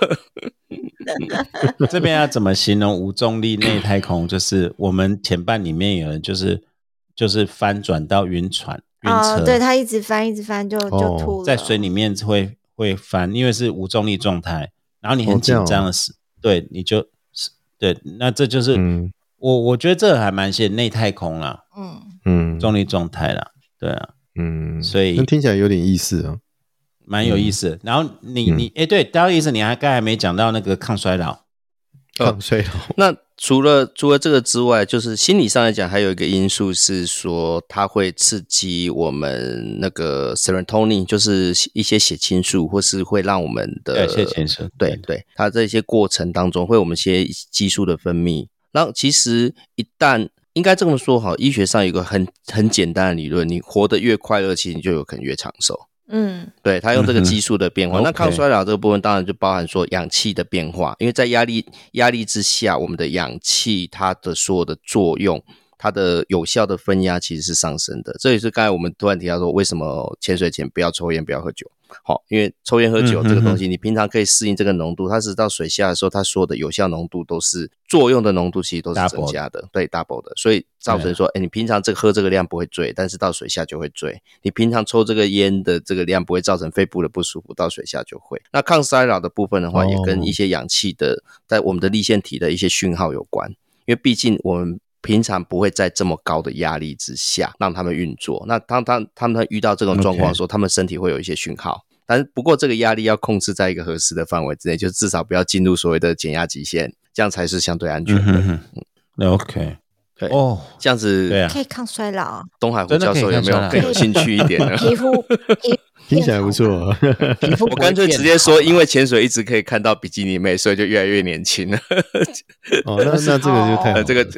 这边要怎么形容无重力内太空？就是我们前半里面有人就是翻转到晕船。 对，他一直翻就吐了， 在水里面会翻，因为是无重力状态，然后你很紧张的时，对，你就对，那这就是我觉得这还蛮像内太空啦，重力状态啦，对啊，所以听起来有点意思啊， 蛮有意思的。然后你对，大家意思你刚才没讲到那个抗衰老， 那除了这个之外，就是心理上来讲，还有一个因素是说，它会刺激我们那个 serotonin， 就是一些血清素，或是会让我们的血清素， 对，它这些过程当中会有我们一些激素的分泌。然后其实一旦应该这么说好，医学上有一个很简单的理论，你活得越快乐，其实你就有可能越长寿。对，他用这个激素的变化，那抗衰老这个部分当然就包含说氧气的变化，因为在压力之下，我们的氧气它的所有的作用，它的有效的分压其实是上升的。这也是刚才我们突然提到说，为什么潜水前不要抽烟不要喝酒。好，因为抽烟喝酒这个东西，你平常可以适应这个浓度，它是到水下的时候，它所有的有效浓度都是作用的浓度，其实都是增加的，对 double 的，所以造成说，你平常喝这个量不会醉，但是到水下就会醉。你平常抽这个烟的这个量不会造成肺部的不舒服，到水下就会。那抗衰老的部分的话，也跟一些氧气的在我们的粒线体的一些讯号有关，因为毕竟我们平常不会在这么高的压力之下让他们运作，那当他们遇到这种状况的时候，他们身体会有一些讯号，但是不过这个压力要控制在一个合适的范围之内，就至少不要进入所谓的减压极限，这样才是相对安全的。 OK， 对这样子可以抗衰老。 东海湖教授有没有更有兴趣一点呢？ 皮肤听起来不错。 我干脆直接说，因为潜水一直可以看到比基尼妹，所以就越来越年轻了。 那这个就太好， 这个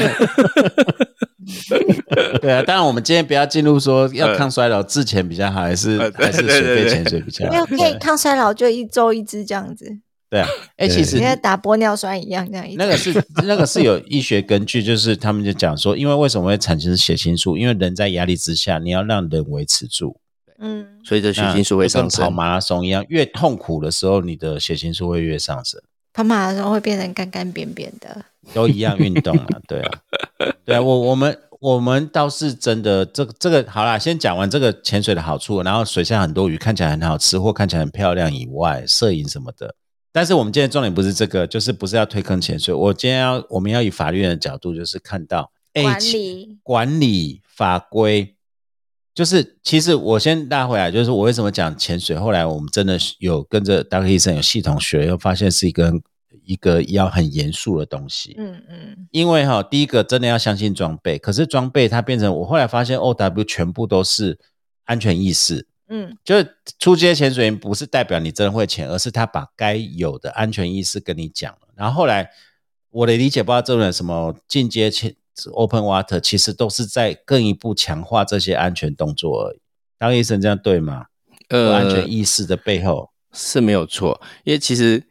对啊，当然我们今天不要进入说要抗衰老之前比较好，还是水肺潜水比较好。 没有可以抗衰老，就1周1支这样子。 对啊，其实跟打玻尿酸一样，这样那个是有医学根据，就是他们就讲说，因为为什么会产生血清素？因为人在压力之下，你要让人维持住。 所以这血清素会上升， 跟跑马拉松一样，越痛苦的时候，你的血清素会越上升。 跑马拉松会变成干干扁扁的， 都一样运动啊，对啊，对啊，我们倒是真的，这个好啦，先讲完这个潜水的好处，然后水下很多鱼看起来很好吃或看起来很漂亮以外，摄影什么的。但是我们今天的重点不是这个，就是不是要推坑潜水。我们要以法律的角度，就是看到管理法规。就是其实我先拉回来，就是我为什么讲潜水，后来我们真的有跟着 Dr. 医生有系统学，又发现是一个要很严肃的东西。因为第一个真的要相信装备，可是装备它变成我后来发现 OW 全部都是安全意识。就是初阶潜水员不是代表你真的会潜，而是他把该有的安全意识跟你讲了。然后后来我的理解，不知道这种什么进阶潜Open Water 其实都是在更一步强化这些安全动作而已。当医生这样对吗？安全意识的背后是没有错，因为其实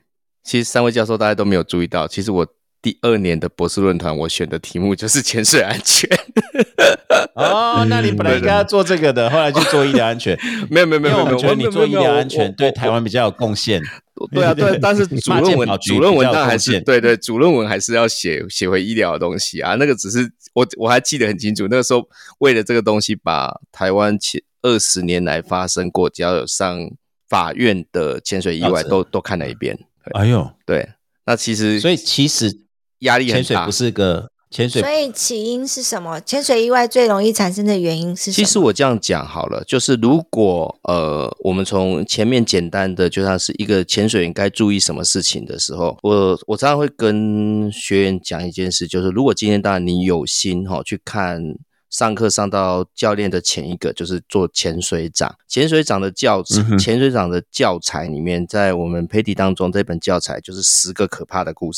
3位教授大家都没有注意到，其实我第2年的博士论坛我选的题目就是潜水安全。 那你本来应该要做这个的，后来去做医疗安全。 没有， 因为我们觉得你做医疗安全对台湾比较有贡献。 对啊，对，但是主论文当然还是对，主论文还是要写回医疗的东西啊。那个只是我还记得很清楚，那个时候为了这个东西，把台湾20年来发生过只要有上法院的潜水意外都看了一遍。 哎呦， 对，那所以其实压力很大， 潜水不是个潜水， 所以起因是什么？潜水意外最容易产生的原因是什么？ 其实我这样讲好了，就是如果我们从前面简单的就像是一个潜水员该注意什么事情的时候，我常常会跟学员讲一件事，就是如果今天当然你有心去看上课上到教练的前一个就是做潜水长的潜水长的教材里面，在我们PADI当中这本教材就是10个可怕的故事。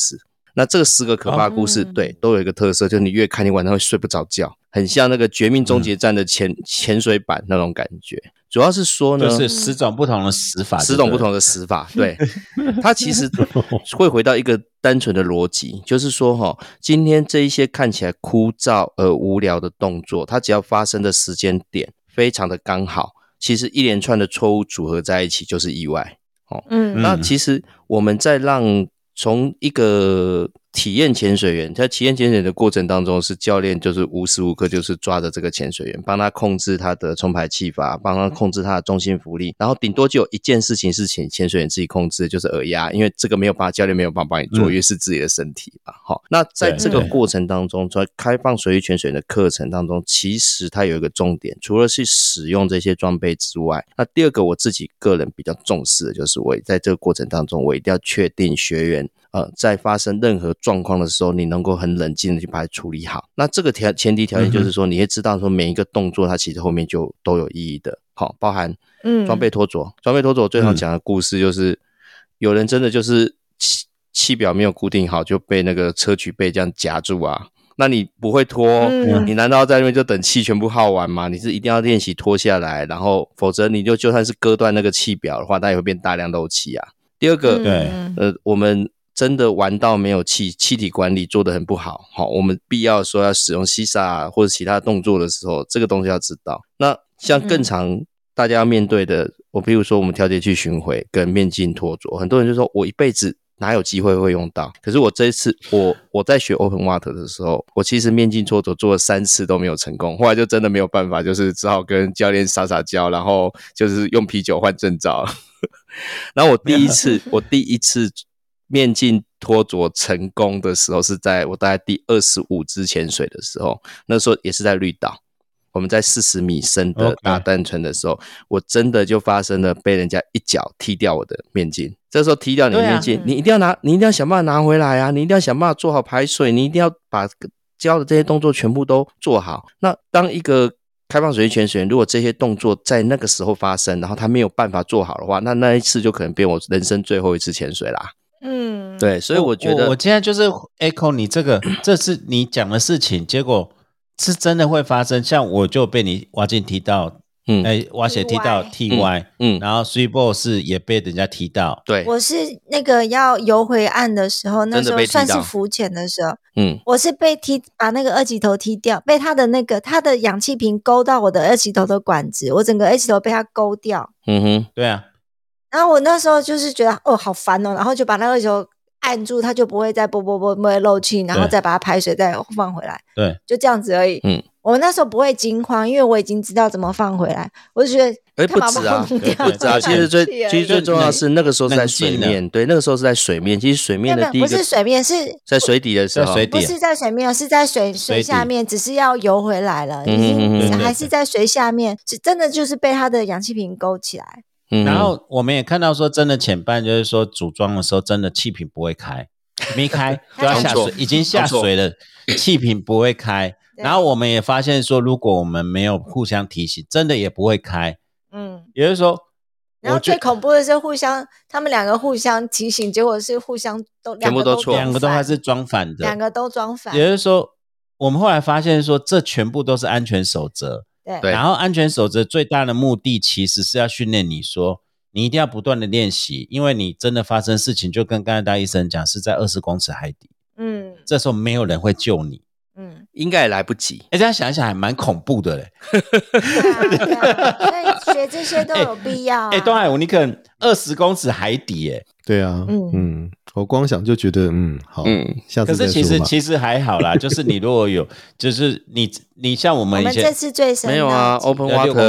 那这个10个可怕的故事，对，都有一个特色，就是你越看你晚上会睡不着觉，很像那个绝命终结战的潜水版那种感觉。主要是说呢， 就是10种不同的死法 ，10种不同的死法，对，它其实会回到一个单纯的逻辑，就是说今天这一些看起来枯燥而无聊的动作，它只要发生的时间点非常的刚好，其实一连串的错误组合在一起就是意外。那其实我们在从一个体验潜水员，在体验潜水的过程当中，是教练就是无时无刻就是抓着这个潜水员，帮他控制他的冲排气阀，帮他控制他的重心浮力，然后顶多就有一件事情是潜水员自己控制的，就是耳压，因为这个没有办法，教练没有办法帮你做，因为是自己的身体嘛。那在这个过程当中，在开放水域潜水员的课程当中，其实它有一个重点，除了是使用这些装备之外，那第二个我自己个人比较重视的就是我在这个过程当中，我一定要确定学员在发生任何状况的时候，你能够很冷静的去把它处理好。那这个前提条件就是说，你会知道说每一个动作它其实后面就都有意义的。好，包含装备脱着。装备脱着我最常讲的故事就是，有人真的就是气表没有固定好，就被那个车曲被这样夹住啊。那你不会脱，你难道在那边就等气全部耗完吗？你是一定要练习脱下来，然后否则你就算是割断那个气表的话，它也会变大量漏气啊。第二个，我们真的玩到没有气体管理做得很不好，我们必要说要使用吸沙或者其他动作的时候，这个东西要知道。那像更常大家要面对的，比如说我们调节器巡回跟面镜脱着，很多人就说我一辈子哪有机会会用到，可是我这一次我在学 Open Water 的时候，我其实面镜脱着做了3次都没有成功，后来就真的没有办法，就是只好跟教练撒娇，然后就是用啤酒换证照。然后我第一次面镜脱着成功的时候，是在我大概第25支潜水的时候，那时候也是在绿岛，我们在40米深的大淡层的时候，我真的就发生了被人家一脚踢掉我的面镜。这时候踢掉你的面镜，你一定要想办法拿回来啊！你一定要想办法做好排水，你一定要把教的这些动作全部都做好。那当一个开放水域潜水员，如果这些动作在那个时候发生，然后他没有办法做好的话，那一次就可能变我人生最后一次潜水啦。对，所以我觉得我现在就是 echo 你这是你讲的事情，结果是真的会发生。像我就被你挖进踢到，挖血踢到 TY，然后 3 ball 是也被人家踢到。 对， 我是那个要游回岸的时候，那时候算是浮潜的时候，我是被把那个二级头踢掉，被他的氧气瓶勾到我的二级头的管子，我整个二级头被他勾掉。 对啊。 然后我那时候就是觉得好烦哦，然后就把那个二级头按住，它就不会再不会漏气，然后再把它排水再放回来。 对， 就这样子而已。我那时候不会惊慌，因为我已经知道怎么放回来。我就觉得不止啊，其实最重要的是那个时候是在水面，对，那个时候是在水面。其实水面的第一个不是水面，是在水底的时候， 不是在水面，是在水下面，只是要游回来了，已经还是在水下面，是真的就是被它的氧气瓶勾起来。 然后我们也看到说，真的潜伴就是说组装的时候，真的气瓶不会开，没开就要下水，已经下水了，气瓶不会开。然后我们也发现说，如果我们没有互相提醒，真的也不会开。也就是说， 然后最恐怖的是他们两个互相提醒，结果是互相全部都错， 两个都还是装反的， 两个都装反。 也就是说，我们后来发现说，这全部都是安全守则。 对， 然后安全守则最大的目的其实是要训练你说，你一定要不断的练习，因为你真的发生事情，就跟刚才大医生讲，是在20公尺海底，这时候没有人会救你， 应该也来不及。 这样想一想还蛮恐怖的嘞。 对啊，所以学这些都有必要啊。 东海武，你可能20公尺海底耶。 对啊，我光想就觉得好，下次再说吧。 可是其实还好啦，就是你如果有，就是你像我们以前这次最深的没有啊 ，Open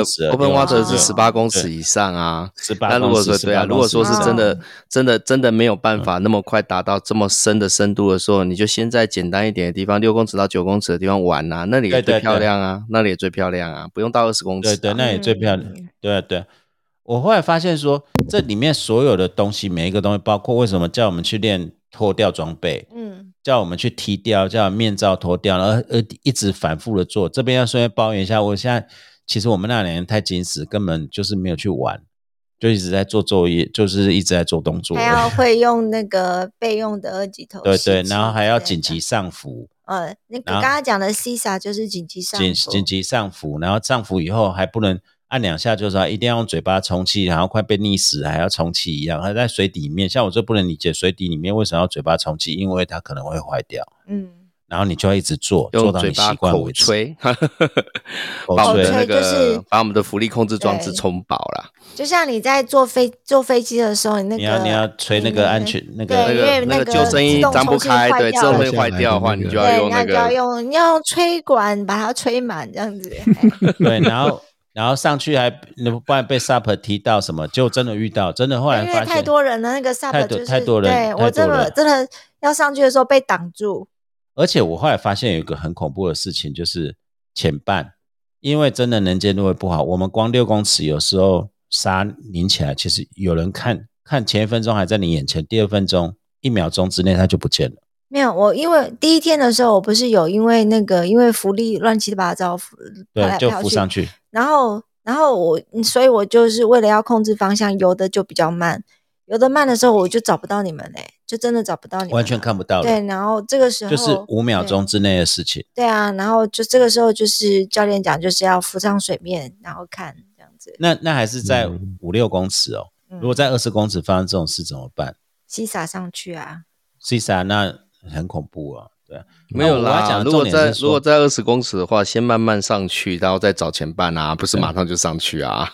Water 是18公尺以上啊。 那如果说对啊，如果说是真的没有办法那么快达到这么深的深度的时候，你就先在简单一点的地方，6公尺到9公尺的地方玩啊，那里也最漂亮啊，那里也最漂亮啊，不用到20公尺。 对，那也最漂亮。对。我后来发现说，这里面所有的东西，每一个东西，包括为什么叫我们去练脱掉装备，叫我们去踢掉，叫面罩脱掉，然后一直反复的做。这边要顺便抱怨一下，我现在其实我们那2年太矜持，根本就是没有去玩， 就一直在做作业，就是一直在做动作， 还要会用那个备用的二级头， 对对，然后还要紧急上浮。 那个刚刚讲的 CISA 就是紧急上浮， 紧急上浮，然后上浮以后还不能按2下就说一定要用嘴巴充气，然后快被溺死还要充气一样，还在水底里面。像我就不能理解水底里面为什么要嘴巴充气，因为它可能会坏掉。然后你就要一直做到你习惯为止。 用嘴巴口吹，把我们的浮力控制装置充饱啦。 就像你在坐飞机的时候，你要吹那个安全那个救生衣张不开，对，自动会坏掉的话，你就要用那个， 你要用吹管把它吹满这样子。 对，然后上去还不然被 SUP 踢到什么，就真的遇到，真的后来发现因为太多人了，那个 SUP 就是太多人， 对我真的要上去的时候被挡住。 而且我后来发现有一个很恐怖的事情，就是前半，因为真的能见度会不好，我们光6公尺有时候沙拧起来，其实有人看前1分钟还在你眼前，第2分钟1秒钟之内它就不见了。 没有，我因为第一天的时候，我不是有因为浮力乱七八糟， 对，就浮上去， 然后所以我就是为了要控制方向，游的就比较慢。游得慢的时候，我就找不到你们嘞，就真的找不到你们， 完全看不到了。 对，然后这个时候就是5秒钟之内的事情。 对啊，然后就这个时候就是教练讲，就是要浮上水面，然后看这样子。 那还是在5-6公尺哦。如果在20公尺发生这种事怎么办 ？CISA 上去啊。 CISA 那很恐怖啊。对， 没有啦。如果在20公尺的话，先慢慢上去，然后再找前半啊，不是马上就上去啊。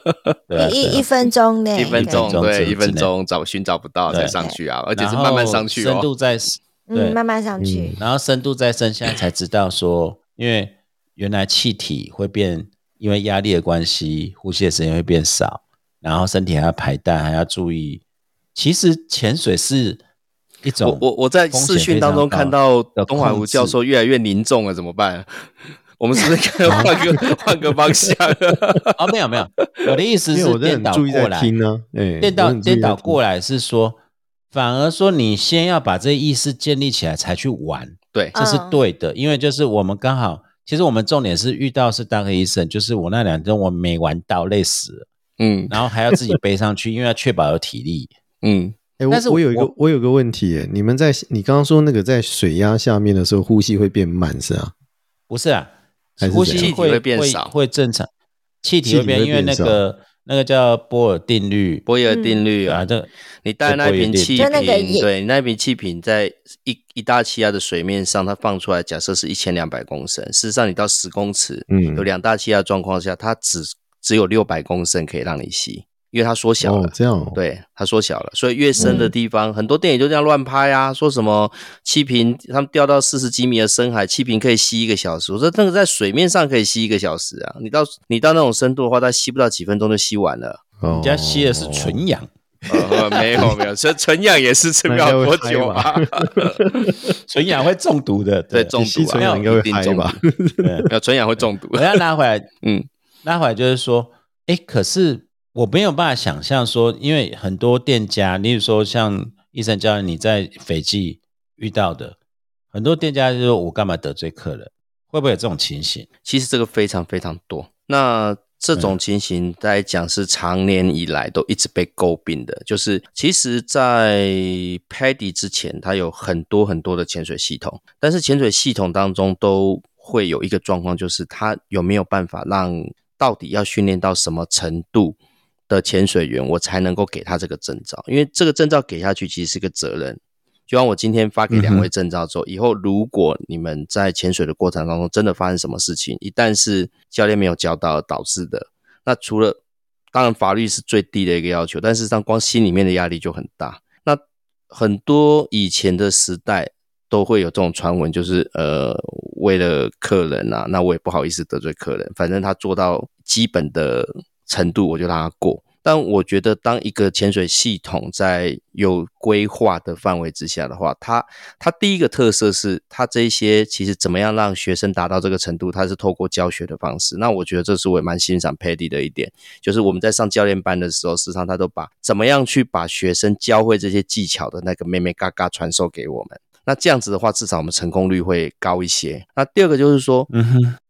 1分钟内，1 分钟，对，1分钟寻找不到再上去啊，而且是慢慢上去哦。 深度在慢慢上去， 然后深度再深，现在才知道说，因为原来气体会变，因为压力的关系，呼吸的时间会变少，然后身体还要排氮，还要注意。其实潜水是一种， 我在视讯当中看到东海吴教授越来越凝重了，怎么办？我们是不是换个方向？ 没有，我的意思是颠倒过来，颠倒过来是说，反而说你先要把这意识建立起来才去玩， 对， 这是对的，因为就是我们刚好，其实我们重点是遇到是大黑医生，就是我那2天我没玩到，累死了，然后还要自己背上去，因为要确保有体力， 但是我有一个问题耶，你刚刚说那个在水压下面的时候呼吸会变慢是啊？ 不是啊，呼吸会变少， 会正常，气体会变，因为那个叫波尔定律啊，你带那瓶气瓶，对，那瓶气瓶在一大气压的水面上，它放出来，假设是1200公升，事实上你到10公尺，有2大气压状况下，它只有600公升可以让你吸。因为它缩小了， 这样对，它缩小了，所以越深的地方，很多电影就这样乱拍啊，说什么气瓶他们掉到40几米的深海，气瓶可以吸1个小时。我说那个在水面上可以吸1个小时啊，你到那种深度的话，它吸不到几分钟就吸完了。 人家吸的是纯氧， 没有，纯氧也是吃不了多久啊。 纯氧会中毒的， 对，中毒纯氧应该会嗨吧？ 没有，纯氧会中毒。 我要拉回来，拉回来就是说，可是。我没有办法想象说，因为很多店家，例如说像医生教你在斐济遇到的很多店家，就说我干嘛得罪客人？会不会有这种情形？ 其实这个非常非常多。那这种情形来讲是长年以来都一直被诟病的，就是其实在 PADI 之前，它有很多很多的潜水系统，但是潜水系统当中都会有一个状况，就是它有没有办法让到底要训练到什么程度的潜水员，我才能够给他这个证照，因为这个证照给下去其实是个责任。就像我今天发给2位证照之后，以后如果你们在潜水的过程当中真的发生什么事情，一旦是教练没有教到导致的，那除了当然法律是最低的一个要求，但是上光心里面的压力就很大。那很多以前的时代都会有这种传闻，就是为了客人啊，那我也不好意思得罪客人，反正他做到基本的程度我就让他过。但我觉得当一个潜水系统在有规划的范围之下的话，它第一个特色是它这一些其实怎么样让学生达到这个程度，它是透过教学的方式。那我觉得这是我也蛮欣赏 PADI 的一点，就是我们在上教练班的时候，事实上他都把怎么样去把学生教会这些技巧的那个妹妹嘎嘎传授给我们。那这样子的话，至少我们成功率会高一些。那第二个就是说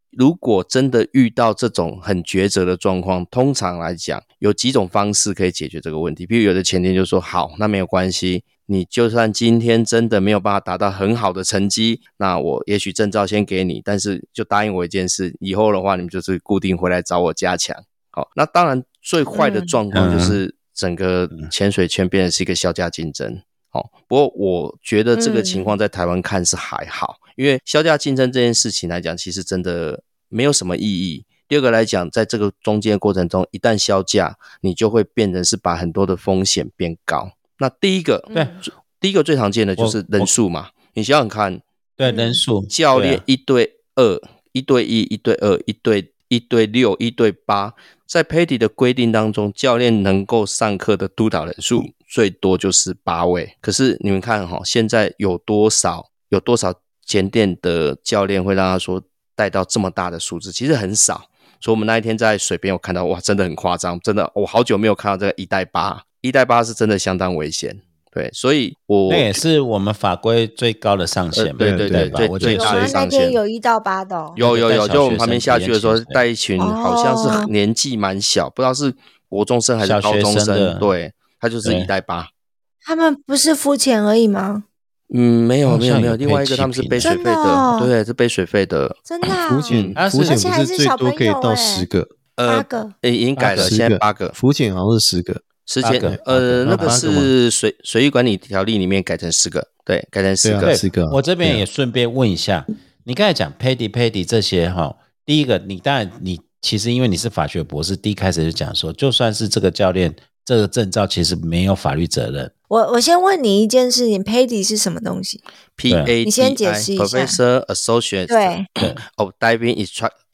如果真的遇到这种很抉择的状况，通常来讲有几种方式可以解决这个问题。比如有的前店就说好，那没有关系，你就算今天真的没有办法达到很好的成绩，那我也许证照先给你，但是就答应我一件事，以后的话你们就是固定回来找我加强。好，那当然最坏的状况就是整个潜水圈变成是一个销价竞争。不过我觉得这个情况在台湾看是还好，因为销价竞争这件事情来讲，其实真的没有什么意义。第二个来讲，在这个中间的过程中，一旦销价，你就会变成是把很多的风险变高。那第一个最常见的就是人数嘛，你想想看， 对人数， 教练1对2、1对1、1对2、1对6、1对8，在 PADI 的规定当中，教练能够上课的督导人数最多就是8位。可是你们看现在有多少前店的教练会让他说带到这么大的数字？其实很少。所以我们那一天在水边有看到，哇，真的很夸张，真的我好久没有看到这个1带8，1带8是真的相当危险。对，所以那也是我们法规最高的上限嘛。 对，最大的上限。 那天有1到8的哦。 有，就我们旁边下去的时候，带一群好像是年纪蛮小，不知道是国中生还是高中生。对，他就是1带8。 他们不是浮潜而已吗？ 没有，另外一个他们是背水费的，对，是背水费的。 真的浮潜不是最多可以到10个 ，8个， 已经改了，现在8个。 浮潜好像是10个。 那个是水域管理条例里面改成10个，对，改成10个。 我这边也顺便问一下，你刚才讲 PADI 这些第一个，你当然你其实因为你是法学博士，第一开始就讲说，就算是这个教练这个证照，其实没有法律责任。 我先问你一件事情 ，PADI 是什么东西 ？PADI 你先解释一下 Professor Associate of Diving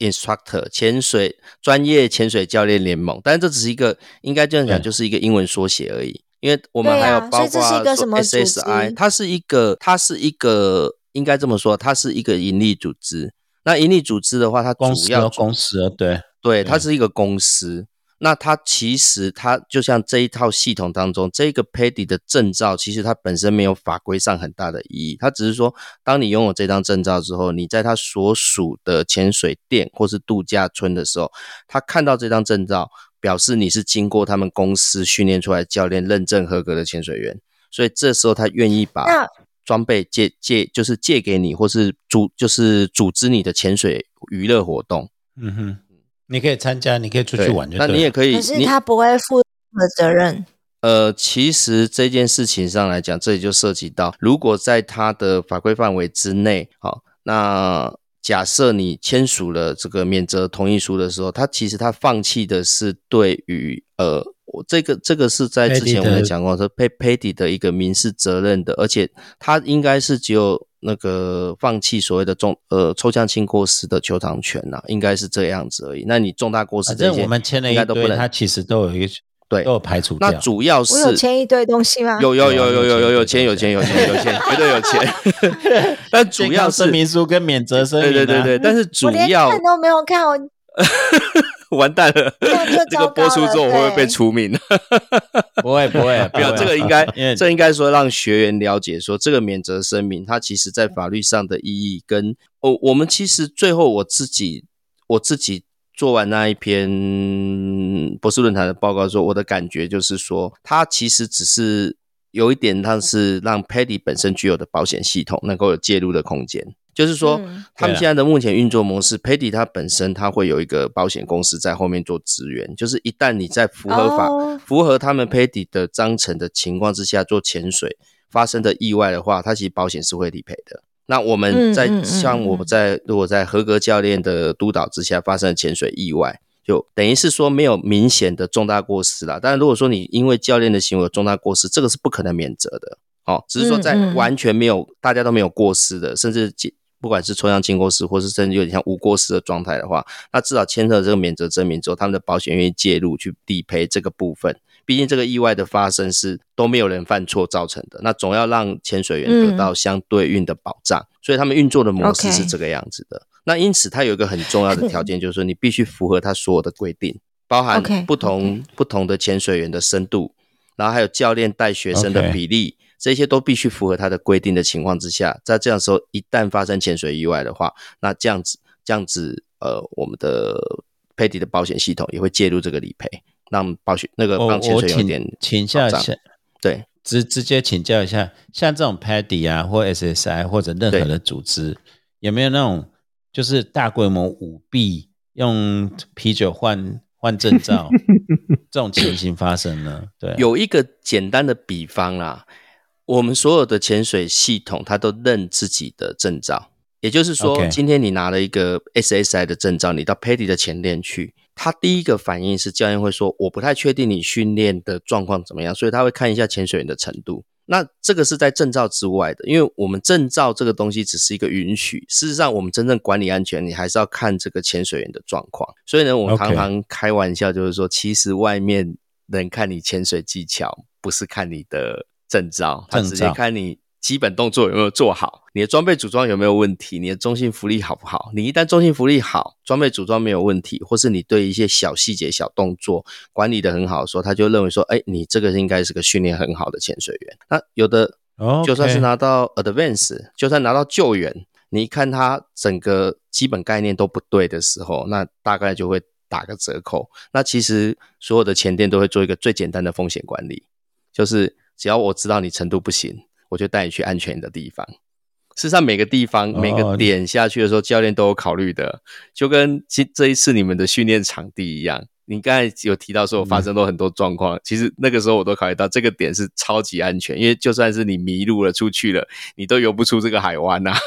Instructor 专业潜水教练联盟，但是这只是一个应该这样讲，就是一个英文缩写而已。因为我们还有包括说 SSI， 它是一个应该这么说，它是一个营利组织。那营利组织的话，它主要公司对，它是一个公司。那它其实它就像这一套系统当中，这个 PADI 的证照其实它本身没有法规上很大的意义，它只是说当你拥有这张证照之后，你在它所属的潜水店或是度假村的时候，他看到这张证照，表示你是经过他们公司训练出来教练认证合格的潜水员，所以这时候他愿意把装备就是借给你，或是就是组织你的潜水娱乐活动。 你可以参加，你可以出去玩就对了。 那你也可以， 可是他不会负的责任。 其实这件事情上来讲，这里就涉及到，如果在他的法规范围之内，那假设你签署了这个免责同意书的时候，其实他放弃的是对于这个是在之前我们讲过，是PADI 的一个民事责任的，而且他应该是只有那个放弃所谓的抽象轻过失的求偿权呐，应该是这样子而已。那你重大过失这些， 反正我们签了一堆，他其实都有一个对都有排除掉。 那主要是我有签一堆东西吗？ 有签，绝对有签。但主要是声明书跟免责声明， 对，但是主要我连看都没有看， 完蛋了，这个播出之后我会不会被除名？ 不会， 没有，这个应该说让学员了解说，这个免责声明它其实在法律上的意义跟我们其实最后我自己做完那一篇博士论坛的报告之后，我的感觉就是说，它其实只是有一点，它是让 PADI 本身具有的保险系统能够有介入的空间。就是说他们现在的目前运作模式PADI 它本身它会有一个保险公司在后面做支援，就是一旦你在符合他们 PADI 的章程的情况之下做潜水发生的意外的话，它其实保险是会理赔的。那我们像我们如果在合格教练的督导之下发生潜水意外，就等于是说没有明显的重大过失啦。当然如果说你因为教练的行为有重大过失，这个是不可能免责的。只是说在完全没有大家都没有过失的，甚至不管是抽象轻过失或是甚至有点像无过失的状态的话，那至少签了这个免责证明之后，他们的保险愿意介入去理赔这个部分。毕竟这个意外的发生是都没有人犯错造成的，那总要让潜水员得到相对应的保障，所以他们运作的模式是这个样子的。那因此它有一个很重要的条件，就是说你必须符合它所有的规定，包含不同的潜水员的深度，然后还有教练带学生的比例，这些都必须符合它的规定的情况之下，在这样的时候一旦发生潜水意外的话，那这样子我们的 PADI 的保险系统也会介入这个理赔，让让潜水有点请教一下， 对， 直接请教一下，像这种 PADI 啊或 SSI 或者任何的组织，有没有那种就是大规模舞弊用啤酒换证照这种情形发生呢？对， 有一个简单的比方啦，我们所有的潜水系统它都认自己的证照，也就是说今天你拿了一个 SSI 的证照，你到 PADI 的潜店去，他第一个反应是教练会说我不太确定你训练的状况怎么样，所以他会看一下潜水员的程度。那这个是在证照之外的，因为我们证照这个东西只是一个允许，事实上我们真正管理安全你还是要看这个潜水员的状况。所以呢，我常常开玩笑就是说，其实外面人看你潜水技巧不是看你的证照，他直接看你基本动作有没有做好，你的装备组装有没有问题，你的中性浮力好不好。你一旦中性浮力好，装备组装没有问题，或是你对一些小细节小动作管理的很好的时候，他就认为说你这个应该是个训练很好的潜水员。那有的就算是拿到 Advance 就算拿到救援，你一看他整个基本概念都不对的时候，那大概就会打个折扣。那其实所有的潜店都会做一个最简单的风险管理，就是只要我知道你程度不行，我就带你去安全的地方。事实上每个地方每个点下去的时候，教练都有考虑的，就跟这一次你们的训练场地一样，你刚才有提到说发生了很多状况，其实那个时候我都考虑到这个点是超级安全，因为就算是你迷路了出去了，你都游不出这个海湾啊。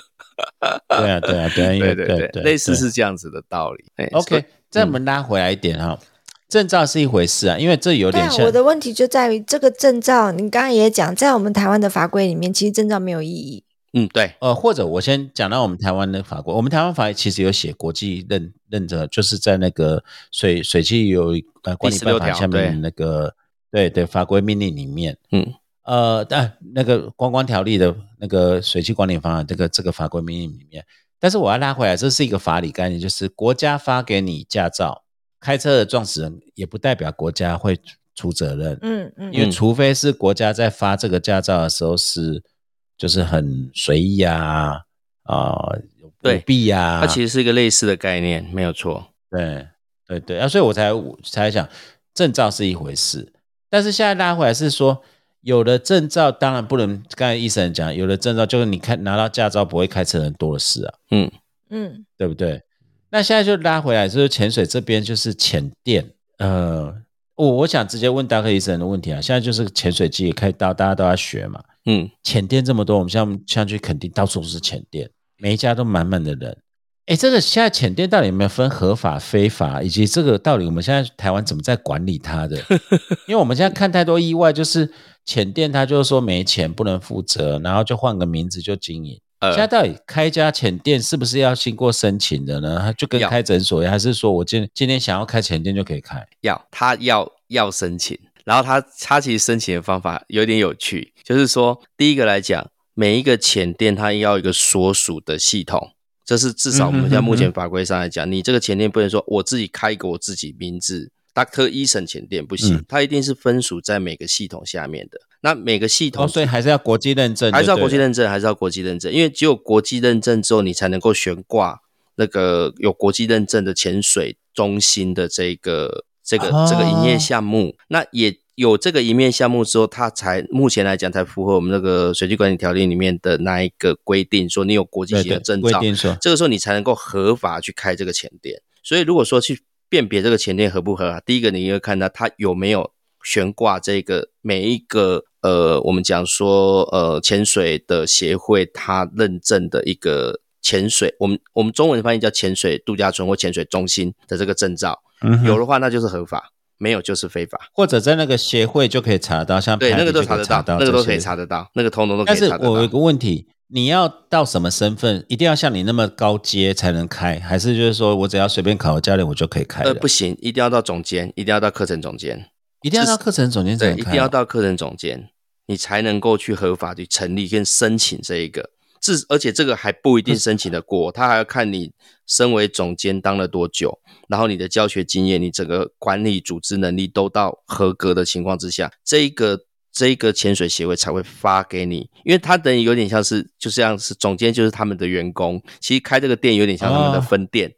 对，类似是这样子的道理。 OK， 再我们拉回来一点哈。证照是一回事啊，因为这有点像我的问题就在于这个证照，你刚刚也讲，在我们台湾的法规里面，其实证照没有意义。 对。 或者我先讲到我们台湾的法规，我们台湾法律其实有写国际认证，就是在那个水器有管理办法下面的那个对法规命令里面，但那个观光条例的那个水器管理方案这个法规命令里面，但是我要拉回来，这是一个法理概念，就是国家发给你驾照，开车的撞死人也不代表国家会出责任，因为除非是国家在发这个驾照的时候就是很随意啊，舞弊啊， 它其实是一个类似的概念，没有错。 对，所以我才想证照是一回事，但是现在拉回来是说，有的证照当然不能，刚才医生讲，有的证照就是你拿到驾照不会开车的人多的是啊，对不对？那现在就拉回来，就是潜水这边就是潜店，我想直接问大科医生的问题啊，现在就是潜水机也开到，大家都要学嘛，潜店这么多，我们像去垦丁到处都是潜店，每一家都满满的人。这个现在潜店到底有没有分合法非法，以及这个到底我们现在台湾怎么在管理它的？因为我们现在看太多意外，就是潜店他就是说没钱不能负责，然后就换个名字就经营。现在到底开一家潜店是不是要经过申请的呢？就跟开诊所还是说我今天想要开潜店就可以开？ 他要申请，然后他其实申请的方法有点有趣，就是说第一个来讲，每一个潜店它要一个所属的系统，这是至少我们现在目前法规上来讲，你这个潜店不能说我自己开一个我自己名字 Dr. Eason 潜店不行，它一定是分属在每个系统下面的。那每个系统所以还是要国际认证， 还是要国际认证，因为只有国际认证之后，你才能够悬挂那个有国际认证的潜水中心的这个营业项目。那也有这个营业项目之后，它才目前来讲才符合我们那个水器管理条例里面的那一个规定，说你有国际型的证照，这个时候你才能够合法去开这个潜店。所以如果说去辨别这个潜店合不合法，第一个你会看到它有没有悬挂这个每一个我们讲说潜水的协会它认证的一个潜水，我们中文翻译叫潜水度假村或潜水中心的这个证照，有的话那就是合法，没有就是非法， 或者在那个协会就可以查得到，像对那个都查得到，那个都可以查得到，那个通通都可以查得到。 但是我有一个问题，你要到什么身份？一定要像你那么高阶才能开，还是就是说我只要随便考个教练我就可以开了？ 不行，一定要到总监，一定要到课程总监， 一定要到课程总监才能开。 对，一定要到课程总监，你才能够去合法去成立跟申请这一个。而且这个还不一定申请得过，他还要看你身为总监当了多久，然后你的教学经验，你整个管理组织能力都到合格的情况之下，这一个潜水协会才会发给你。因为他等于有点像是就像是总监就是他们的员工，其实开这个店有点像他们的分店，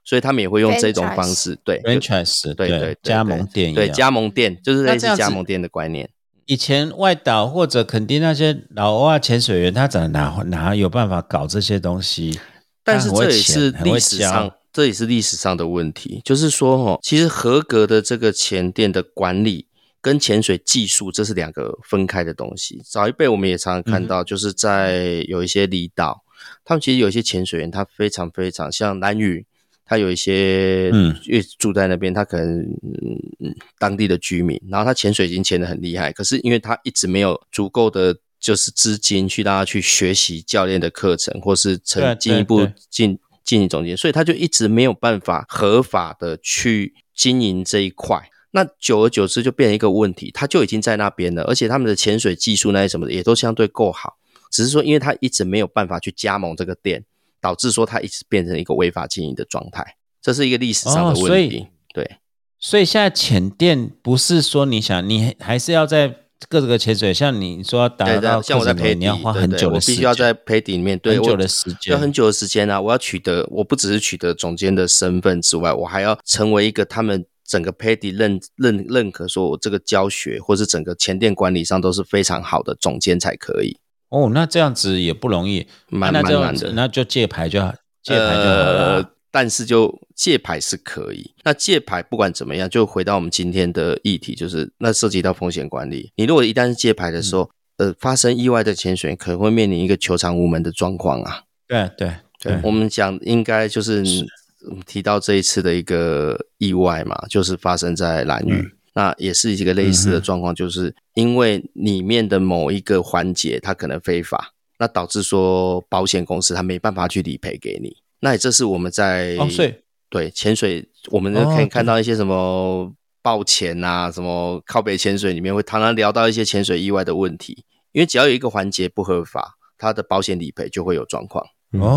所以他们也会用这种方式，对 franchise， 对加盟店一样， 对加盟店就是类似加盟店的观念。 以前外岛或者垦丁那些老蛙潜水员，他怎么哪有办法搞这些东西？ 但是这也是历史上的问题，就是说其实合格的这个潜店的管理跟潜水技术，这是两个分开的东西。早一辈我们也常常看到，就是在有一些离岛，他们其实有一些潜水员，他非常非常像兰屿。他有一些住在那边，他可能当地的居民，然后他潜水已经潜得很厉害，可是因为他一直没有足够的就是资金去让他去学习教练的课程，或是进一步进行总监，所以他就一直没有办法合法的去经营这一块。那久而久之就变成一个问题，他就已经在那边了，而且他们的潜水技术那些什么的也都相对够好，只是说因为他一直没有办法去加盟这个店，导致说它一直变成一个违法经营的状态，这是一个历史上的问题。对， 所以现在潜店不是说你还是要在各个潜水，像你说要达到， 像我在培底， 你要花很久的时间， 我必须要在培底里面，对， 很久的时间， 要很久的时间啊！我不只是取得总监的身份之外，我还要成为一个他们整个培底认可，说我这个教学或是整个潜店管理上都是非常好的总监才可以。 那这样子也不容易， 蛮难的。 那就借牌就好了。 但是就借牌是可以。那借牌不管怎么样，就回到我们今天的议题，就是那涉及到风险管理。你如果一旦是借牌的时候，发生意外的潜水可能会面临一个求偿无门的状况啊。 对， 我们讲应该就是提到这一次的一个意外嘛，就是发生在兰屿。那也是一个类似的状况，就是因为里面的某一个环节它可能非法，那导致说保险公司它没办法去理赔给你。那也这是我们在对潜水我们可以看到一些什么爆潜啊，什么靠北潜水里面会常常聊到一些潜水意外的问题，因为只要有一个环节不合法，它的保险理赔就会有状况。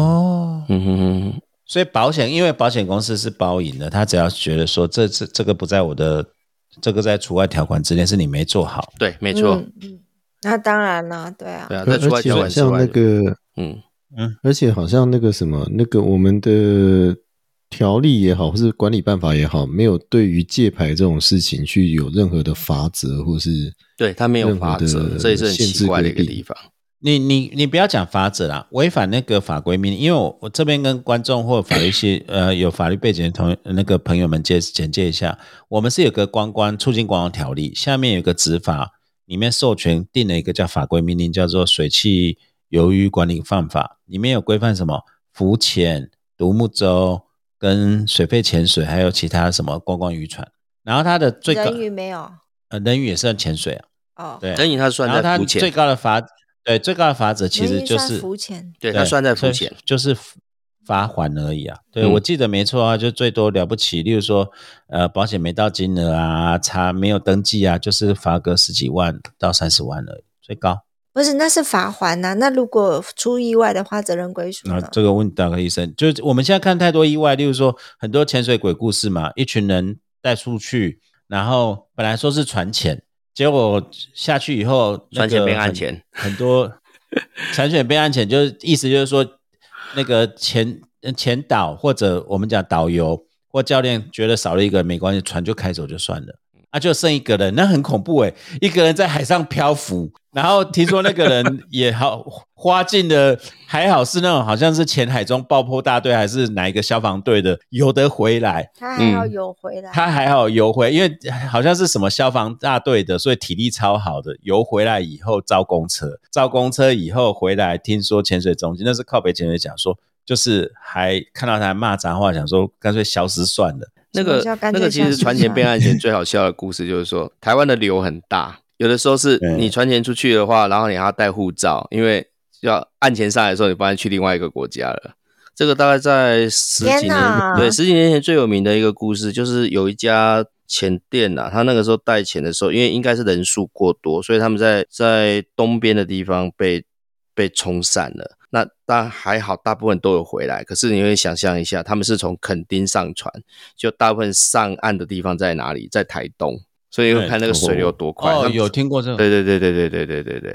所以因为保险公司是包赢的，他只要觉得说这个不在我的这个在除外条款之内，是你没做好。 对，没错。 那当然啦，对啊， 在除外条款之外， 而且好像那个而且好像那个什么，那个我们的条例也好，或是管理办法也好，没有对于借牌这种事情去有任何的罚则，或是对他没有罚则，这也是很奇怪的一个地方。 你不要讲法者啦，违反那个法规命令，因为我这边跟观众或法律系有法律背景的那个朋友们简介一下，我们是有个促进观光条例，下面有个执法，里面授权定了一个叫法规命令，叫做水器鱿鱼管理范法，里面有规范什么浮潜、独木舟跟水肺潜水，还有其他什么观光渔船。然后它的最高人鱼没有， 人鱼也算潜水啊。对， 人鱼它算在浮潜， 然后它最高的罚则其实就是浮潜， 对，它算在浮潜， 就是罚锾而已啊。对，我记得没错啊，就最多了不起，例如说保险没到金额啊，没有登记啊，就是罚个10几万到30万而已，最高。 不是，那是罚锾啊。那如果出意外的话，责任归属呢？ 这个问大哥医生，就是我们现在看太多意外，例如说很多潜水鬼故事嘛，一群人带出去，然后本来说是船潜，结果下去以后， 船潜变岸潜， 很多船潜变岸潜，就是意思就是说，那个前导或者我们讲导游或教练觉得少了一个人没关系，船就开走就算了。就剩一个人，那很恐怖一个人在海上漂浮，然后听说那个人也好花尽了，还好是那种好像是前海中爆破大队还是哪一个消防队的游得回来， 他还好游回来， 他还好游回，因为好像是什么消防大队的，所以体力超好的，游回来以后招公车以后回来，听说潜水中心那是靠北潜水讲说，就是还看到他骂脏话，想说干脆消失算了。 那个其实船潜变岸潜最好笑的故事就是说，台湾的流很大，有的时候是你船潜出去的话，然后你还要带护照，因为要岸潜上来的时候，你不然去另外一个国家了。这个大概在十几年前最有名的一个故事，就是有一家潜店啊，他那个时候带潜的时候，因为应该是人数过多，所以他们在东边的地方被冲散了。那当然还好，大部分都有回来。可是你会想象一下，他们是从垦丁上船，就大部分上岸的地方在哪里？在台东，所以会看那个水流多快。 有听过这个？ 对。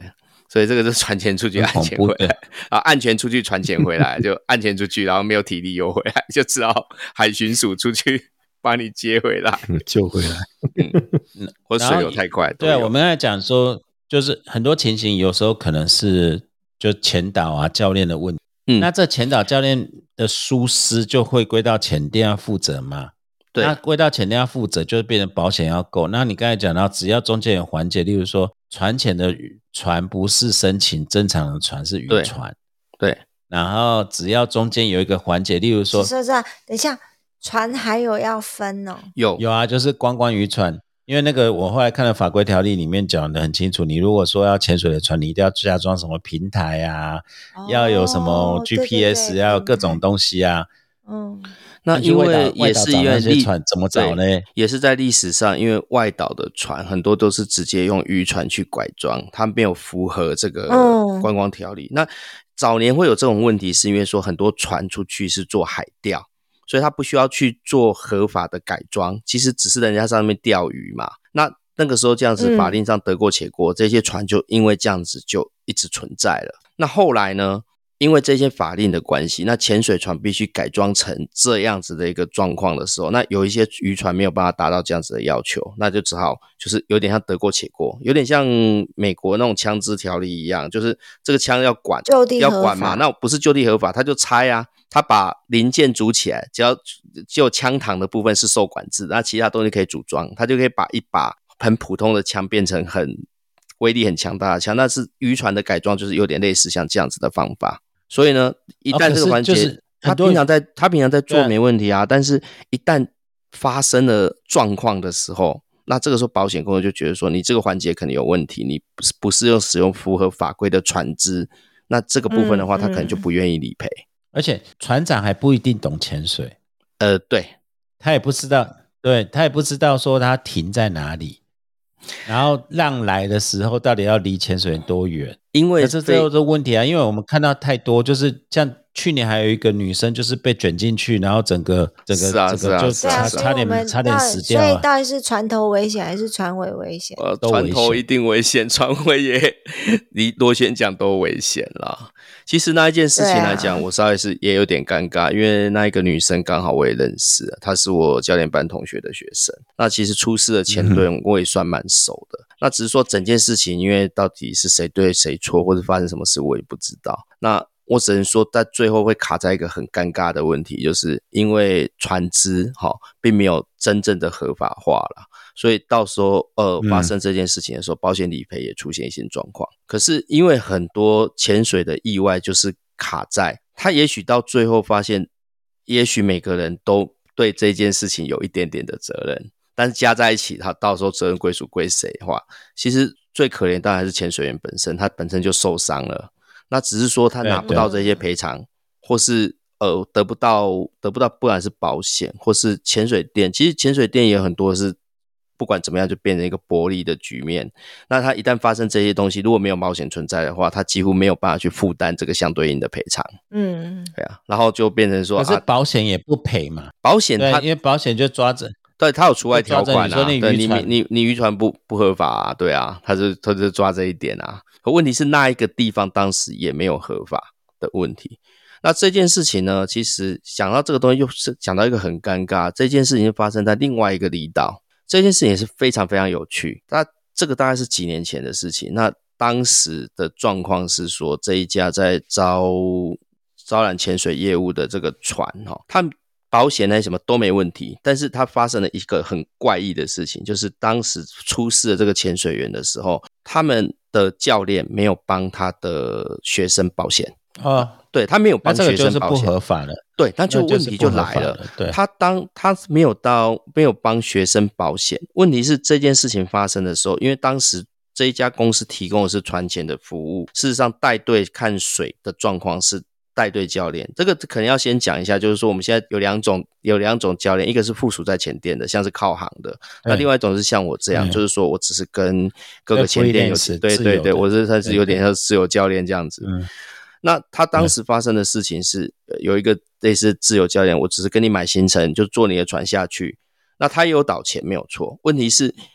所以这个就传钱出去按钱回来，然后按钱出去传钱回来，就按钱出去，然后没有体力又回来，就只好海巡署出去把你接回来， 救回来。 或水流太快。 对，我们在讲说，就是很多情形有时候可能是就前导啊教练的问题。那这前导教练的疏失就会归到潜店要负责嘛？对，那归到潜店要负责，就是变成保险要够。那你刚才讲到，只要中间有环节，例如说船前的船不是申请正常的船，是渔船。 对， 然后只要中间有一个环节，例如说， 是，等一下，船还有要分哦？ 有啊，就是观光渔船。因为那个我后来看了法规条例里面讲得很清楚，你如果说要潜水的船，你一定要加装什么平台啊，要有什么 GPS，要有各种东西啊。 那因为也是因为船怎么找呢？ 也是在历史上，因为外岛的船很多都是直接用渔船去改装，它没有符合这个观光条例。那早年会有这种问题，是因为说很多船出去是做海钓。所以他不需要去做合法的改装，其实只是人家上面钓鱼嘛。那个时候这样子法令上得过且过，这些船就因为这样子就一直存在了。那后来呢，因为这些法令的关系，那潜水船必须改装成这样子的一个状况的时候，那有一些渔船没有办法达到这样子的要求，那就只好就是有点像得过且过，有点像美国那种枪支条例一样，就是这个枪要管嘛，那不是就地合法，他就拆啊。他把零件组起来，只有枪膛的部分是受管制，那其他东西可以组装，他就可以把一把很普通的枪变成威力很强大的枪。那是渔船的改装，就是有点类似像这样子的方法。所以呢，一旦这个环节，他平常在做没问题啊，但是一旦发生了状况的时候，那这个时候保险公司就觉得说，你这个环节可能有问题，你不是使用符合法规的船只，那这个部分的话，他可能就不愿意理赔。 而且船长还不一定懂潜水， 对， 他也不知道说他停在哪里，然后浪来的时候到底要离潜水员多远， 因为这有这问题啊，因为我们看到太多，就是像去年还有一个女生就是被卷进去，然后整个就差点死掉了。 所以到底是船头危险还是船尾危险？ 船头一定危险，船尾也离螺旋桨都危险啦。其实那一件事情来讲，我稍微是也有点尴尬，因为那一个女生刚好我也认识，她是我教练班同学的学生。那其实出事的前段我也算蛮熟的。那只是说整件事情，因为到底是谁对谁错，或者发生什么事，我也不知道。那我只能说，在最后会卡在一个很尴尬的问题，就是因为船只并没有真正的合法化啦，所以到时候发生这件事情的时候，保险理赔也出现一些状况。可是因为很多潜水的意外就是卡在他也许到最后发现，也许每个人都对这件事情有一点点的责任，但是加在一起，他到时候责任归属归谁的话，其实最可怜当然还是潜水员本身，他本身就受伤了。那只是说他拿不到这些赔偿，或是得不到，不管是保险或是潜水店，其实潜水店也有很多是不管怎么样就变成一个薄利的局面。那他一旦发生这些东西，如果没有保险存在的话，他几乎没有办法去负担这个相对应的赔偿。对啊，然后就变成说， 可是保险也不赔嘛？ 保险它因为保险就抓着。 对，他有除外条款啊。对，你渔船不合法啊，对啊，他是抓这一点啊。可问题是那一个地方当时也没有合法的问题。那这件事情呢，其实想到这个东西，又是讲到一个很尴尬。这件事情发生在另外一个离岛，这件事情也是非常非常有趣。这个大概是几年前的事情。那当时的状况是说，这一家在招揽潜水业务的这个船他保险什么都没问题，但是它发生了一个很怪异的事情，就是当时出事的这个潜水员的时候，他们的教练没有帮他的学生保险。对，他没有帮学生保险，这个就是不合法的。 对，那就问题就来了。对，他没有帮学生保险，问题是这件事情发生的时候，因为当时这一家公司提供的是船前的服务，事实上带队看水的状况是带队教练。这个可能要先讲一下，就是说我们现在有两种教练，一个是附属在潜店的，像是靠航的，那另外一种是像我这样，就是说我只是跟各个潜店对，我算是有点像自由教练这样子。那他当时发生的事情是有一个类似自由教练，我只是跟你买行程，就坐你的船下去，那他也有导潜没有错。问题是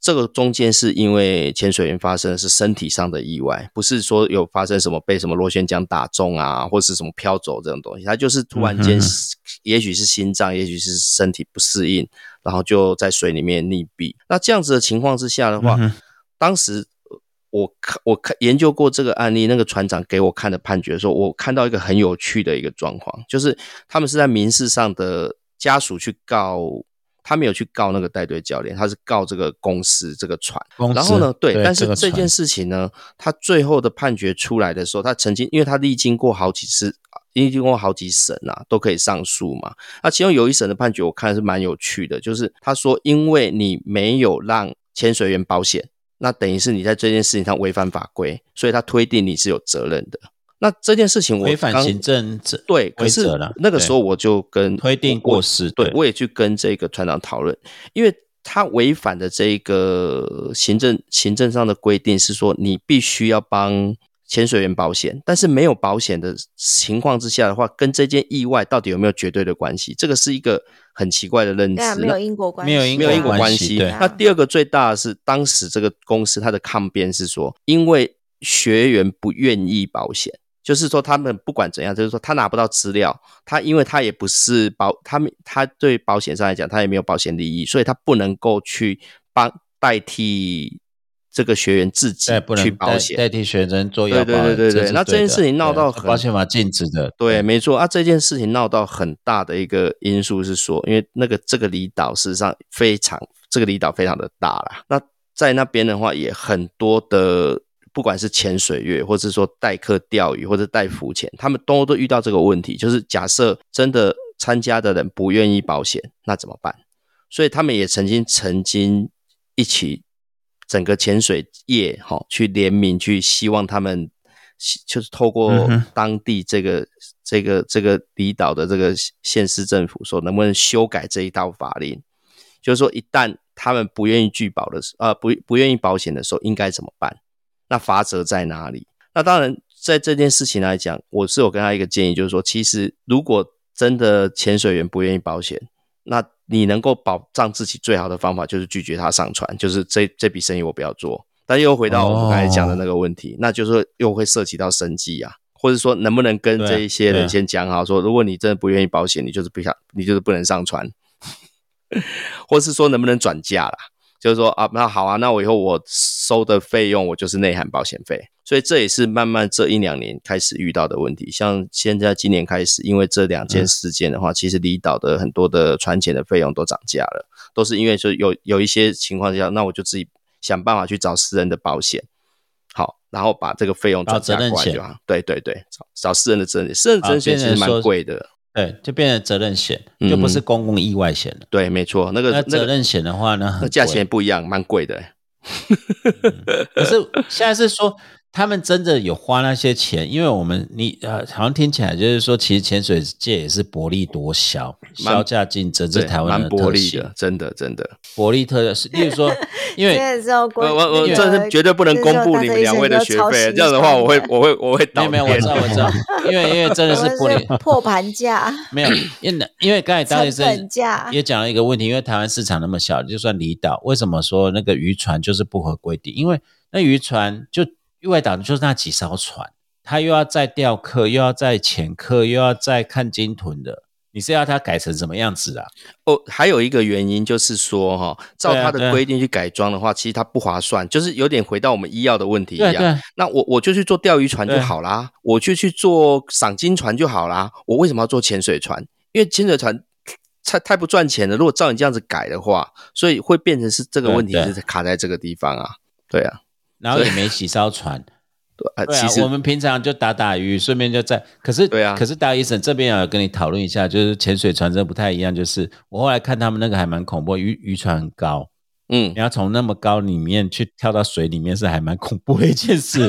这个中间是因为潜水员发生的是身体上的意外，不是说有发生什么被什么螺旋桨打中啊，或是什么飘走这种东西，他就是突然间也许是心脏，也许是身体不适应，然后就在水里面溺毙。那这样子的情况之下的话，当时我研究过这个案例，那个船长给我看的判决的时候，我看到一个很有趣的一个状况，就是他们是在民事上的家属去告，他没有去告那个带队教练，他是告这个公司这个船。然后呢，对，但是这件事情呢，他最后的判决出来的时候，他曾经因为他历经过好几次，历经过好几审啊，都可以上诉嘛。那其中有一审的判决我看是蛮有趣的，就是他说因为你没有让潜水员保险，那等于是你在这件事情上违反法规，所以他推定你是有责任的。那这件事情我违反行政对，可是那个时候我就跟推定过失， 对，我也去跟这个船长讨论，因为他违反的这个行政上的规定是说，你必须要帮潜水员保险，但是没有保险的情况之下的话，跟这件意外到底有没有绝对的关系？这个是一个很奇怪的认知， 对啊，没有因果关系， 没有因果关系。对， 那第二个最大的是，当时这个公司它的抗辩是说，因为学员不愿意保险。就是说他们不管怎样，就是说他拿不到资料，他因为他也不是他对保险上来讲他也没有保险利益，所以他不能够去代替这个学员自己去保险， 代替学生做要保。 对，那这件事情闹到保险法禁止的， 对，没错啊。这件事情闹到很大的一个因素是说，因为这个离岛事实上这个离岛非常的大啦，那在那边的话也很多的。不管是潜水员，或者是说代课钓鱼，或者代浮潜，他们都遇到这个问题，就是假设真的参加的人不愿意保险，那怎么办？所以他们也曾经一起整个潜水业去联名，去希望他们就是透过当地这个离岛的这个县市政府说，能不能修改这一套法令，就是说一旦他们不愿意拒保的不愿意保险的时候，应该怎么办？那罚则在哪里？那当然在这件事情来讲，我是有跟他一个建议，就是说其实如果真的潜水员不愿意保险，那你能够保障自己最好的方法就是拒绝他上船，就是这笔生意我不要做。但又回到我们刚才讲的那个问题，那就是说又会涉及到生计啊，或者说能不能跟这一些人先讲好说，如果你真的不愿意保险，你就是不能上船或是说能不能转嫁啦，就是说啊，那好啊，那我以后我收的费用我就是内含保险费，所以这也是慢慢这1-2年开始遇到的问题。像现在今年开始，因为这2件事件的话，其实离岛的很多的船潜的费用都涨价了，都是因为说有一些情况下，那我就自己想办法去找私人的保险，好，然后把这个费用转嫁过来就好。对，找私人的责任险，私人的责任险其实蛮贵的。 对，就变成责任险，就不是公共意外险了。 对，没错，那责任险的话呢， 那价钱不一样，蛮贵的。 可是现在是说，他们真的有花那些钱，因为好像听起来就是说，其实潜水界也是薄利多销，销价竞争，这是台湾的特性，蛮薄利的， 真的薄利特性。例如说，因为我这是绝对不能公布你们2位的学费，这样的话我会倒闭。 没有，我知道，因为真的是破盘价， 没有，因为刚才张医生也讲了一个问题，因为台湾市场那么小，就算离岛，为什么说那个渔船就是不合规定？因为那渔船就外岛就是那几艘船，他又要再钓客，又要再潜客，又要再看鲸豚的，你是要它改成什么样子啊？ 还有一个原因就是说照它的规定去改装的话，其实它不划算，就是有点回到我们医药的问题一样。 对， 那我就去做钓鱼船就好啦，我就去做赏鲸船就好啦，我为什么要做潜水船？因为潜水船太不赚钱了，如果照你这样子改的话，所以会变成是这个问题是卡在这个地方啊。对啊， 然后也没几艘船。对啊，我们平常就打鱼，顺便就在。可是大医生这边要跟你讨论一下，就是潜水船真的不太一样。就是我后来看他们那个还蛮恐怖，渔船很高，你要从那么高里面去跳到水里面是还蛮恐怖的一件事。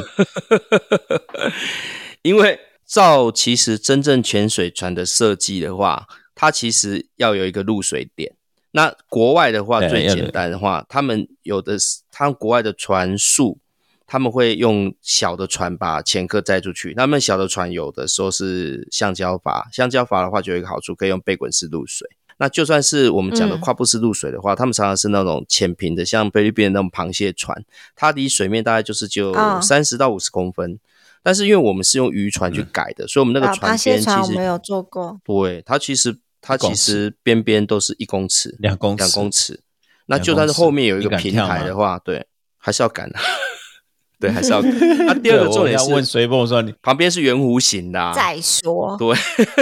因为其实真正潜水船的设计的话，它其实要有一个入水点。那国外的话最简单的话，他们国外的船速。他们会用小的船把潜客载出去，他们小的船有的时候是橡胶筏的话就有一个好处，可以用背滚式入水。 那就算是我们讲的跨步式入水的话，他们常常是那种浅平的，像菲律宾的那种螃蟹船，它离水面大概就是就30到50公分。但是因为我们是用渔船去改的，所以我们那个船边其实我没有做过。 对，它其实边边都是1公尺、2公尺。那就算是后面有一个平台的话，对，还是要赶的。对，还是要。那第二个重点是， 我要问水蹦说，你旁边是圆弧形的。 再说。 对。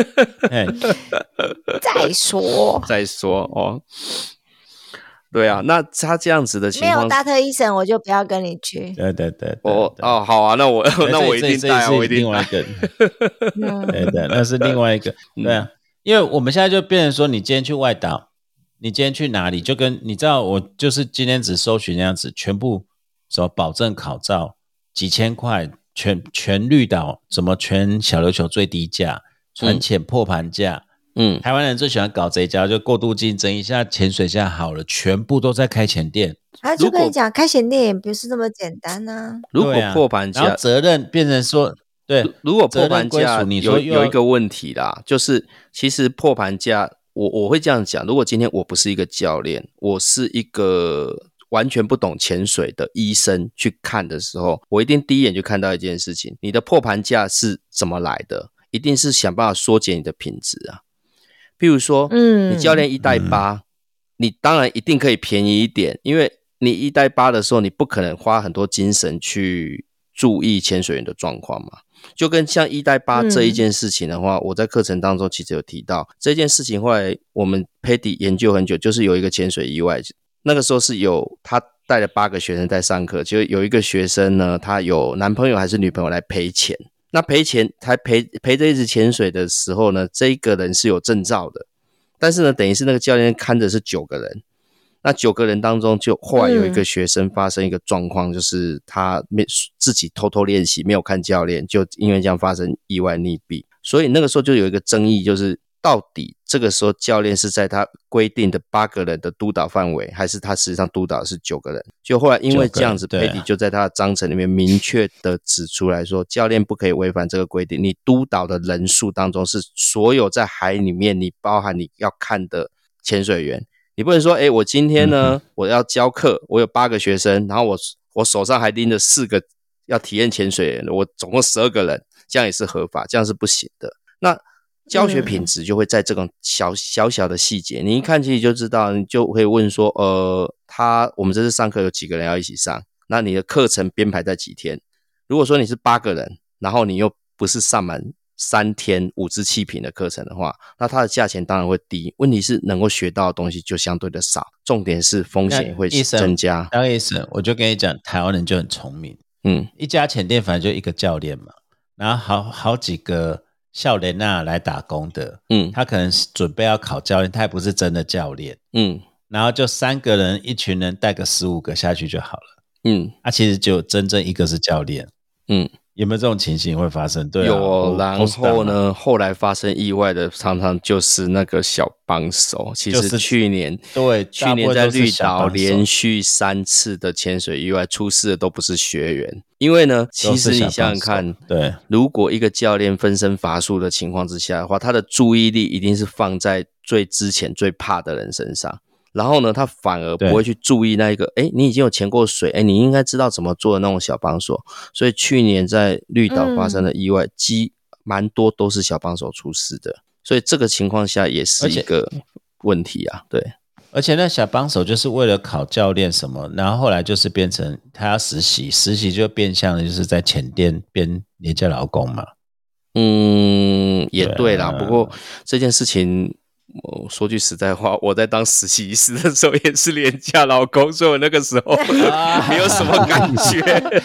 再说哦。对啊，那他这样子的情况， 没有大特医生，我就不要跟你去。 对。 好啊，那我一定带啊，我一定另外一个。对，那是另外一个。对啊，因为我们现在就变成说，你今天去外岛，你今天去哪里，就跟你知道，我就是今天只搜寻那样子，全部什么保证考照几千块，全绿岛怎么全小琉球最低价，船潜破盘价。台湾人最喜欢搞这一家，就过度竞争一下，潜水现在好了，全部都在开潜店。 就跟你讲，开潜店也不是那么简单啊。 如果破盘价， 然后责任变成说，对， 如果破盘价有一个问题啦，就是其实破盘价，我会这样讲，如果今天我不是一个教练，我是一个完全不懂潜水的医生去看的时候，我一定第一眼就看到一件事情，你的破盘价是怎么来的，一定是想办法缩减你的品质啊。譬如说，你教练1带8，你当然一定可以便宜一点，因为你1带8的时候，你不可能花很多精神去注意潜水员的状况嘛。就跟像1带8这一件事情的话，我在课程当中其实有提到这件事情，后来我们 PADI 研究很久，就是有一个潜水意外，那个时候是有他带了8个学生在上课，就有一个学生呢，他有男朋友还是女朋友来陪潜。那陪着一直潜水的时候呢，这一个人是有证照的，但是呢，等于是那个教练看着是9个人，那9个人当中，就后来有一个学生发生一个状况，就是他自己偷偷练习，没有看教练，就因为这样发生意外溺毙。所以那个时候就有一个争议，就是到底这个时候教练是在他规定的8个人的督导范围，还是他实际上督导的是9个人？就后来因为这样子，PADI就在他的章程里面明确的指出来说，教练不可以违反这个规定。你督导的人数当中是所有在海里面，你包含你要看的潜水员，你不能说，我今天呢，我要教课，我有8个学生，然后我手上还拎着4个要体验潜水员，我总共12个人，这样也是合法，这样是不行的。那教学品质就会在这种小的细节，你一看其实就知道，你就会问说，我们这次上课有几个人要一起上？那你的课程编排在几天？如果说你是8个人，然后你又不是上满3天5至7坪的课程的话，那它的价钱当然会低。问题是能够学到的东西就相对的少，重点是风险也会增加。 那医生，我就跟你讲，台湾人就很聪明，一家潜店反正就一个教练嘛，然后好几个少年来打工的，他可能准备要考教练，他也不是真的教练，然后就3个人一群人带个15个下去就好了，其实就真正一个是教练，有没有这种情形会发生？对啊， 有。然后呢，后来发生意外的常常就是那个小帮手。其实去年在绿岛连续3次的潜水意外，出事的都不是学员。因为呢，其实你想想看， 对， 如果一个教练分身乏术的情况之下的话，他的注意力一定是放在最之前最怕的人身上。然后呢，他反而不会去注意那一个，你已经有潜过水，你应该知道怎么做的那种小帮手。所以去年在绿岛发生的意外，蛮多都是小帮手出事的。所以这个情况下也是一个问题啊，对。 而且那小帮手就是为了考教练什么，然后后来就是变成他要实习就变相的就是在潜店变廉价劳工嘛。 也对啦，不过这件事情。说句实在话，我在当实习医师的时候也是廉价劳工，所以我那个时候没有什么感觉。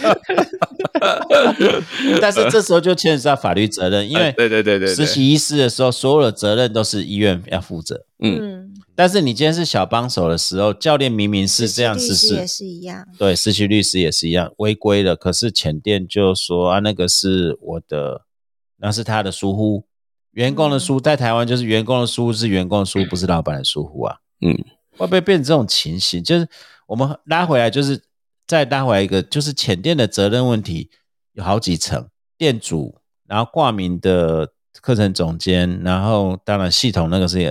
但是这时候就牵涉到法律责任，因为对， 实习医师的时候，所有的责任都是医院要负责。但是你今天是小帮手的时候，教练明明是这样实施， 也是一样。 对，实习律师也是一样违规了，可是潜店就说那个是我的，那是他的疏忽。员工的疏在台湾就是员工的疏忽是员工的疏忽，不是老板的疏忽啊。会不会变成这种情形？就是我们拉回来，就是再拉回来一个，就是潜店的责任问题有好几层，店主，然后挂名的课程总监，然后当然系统那个是也，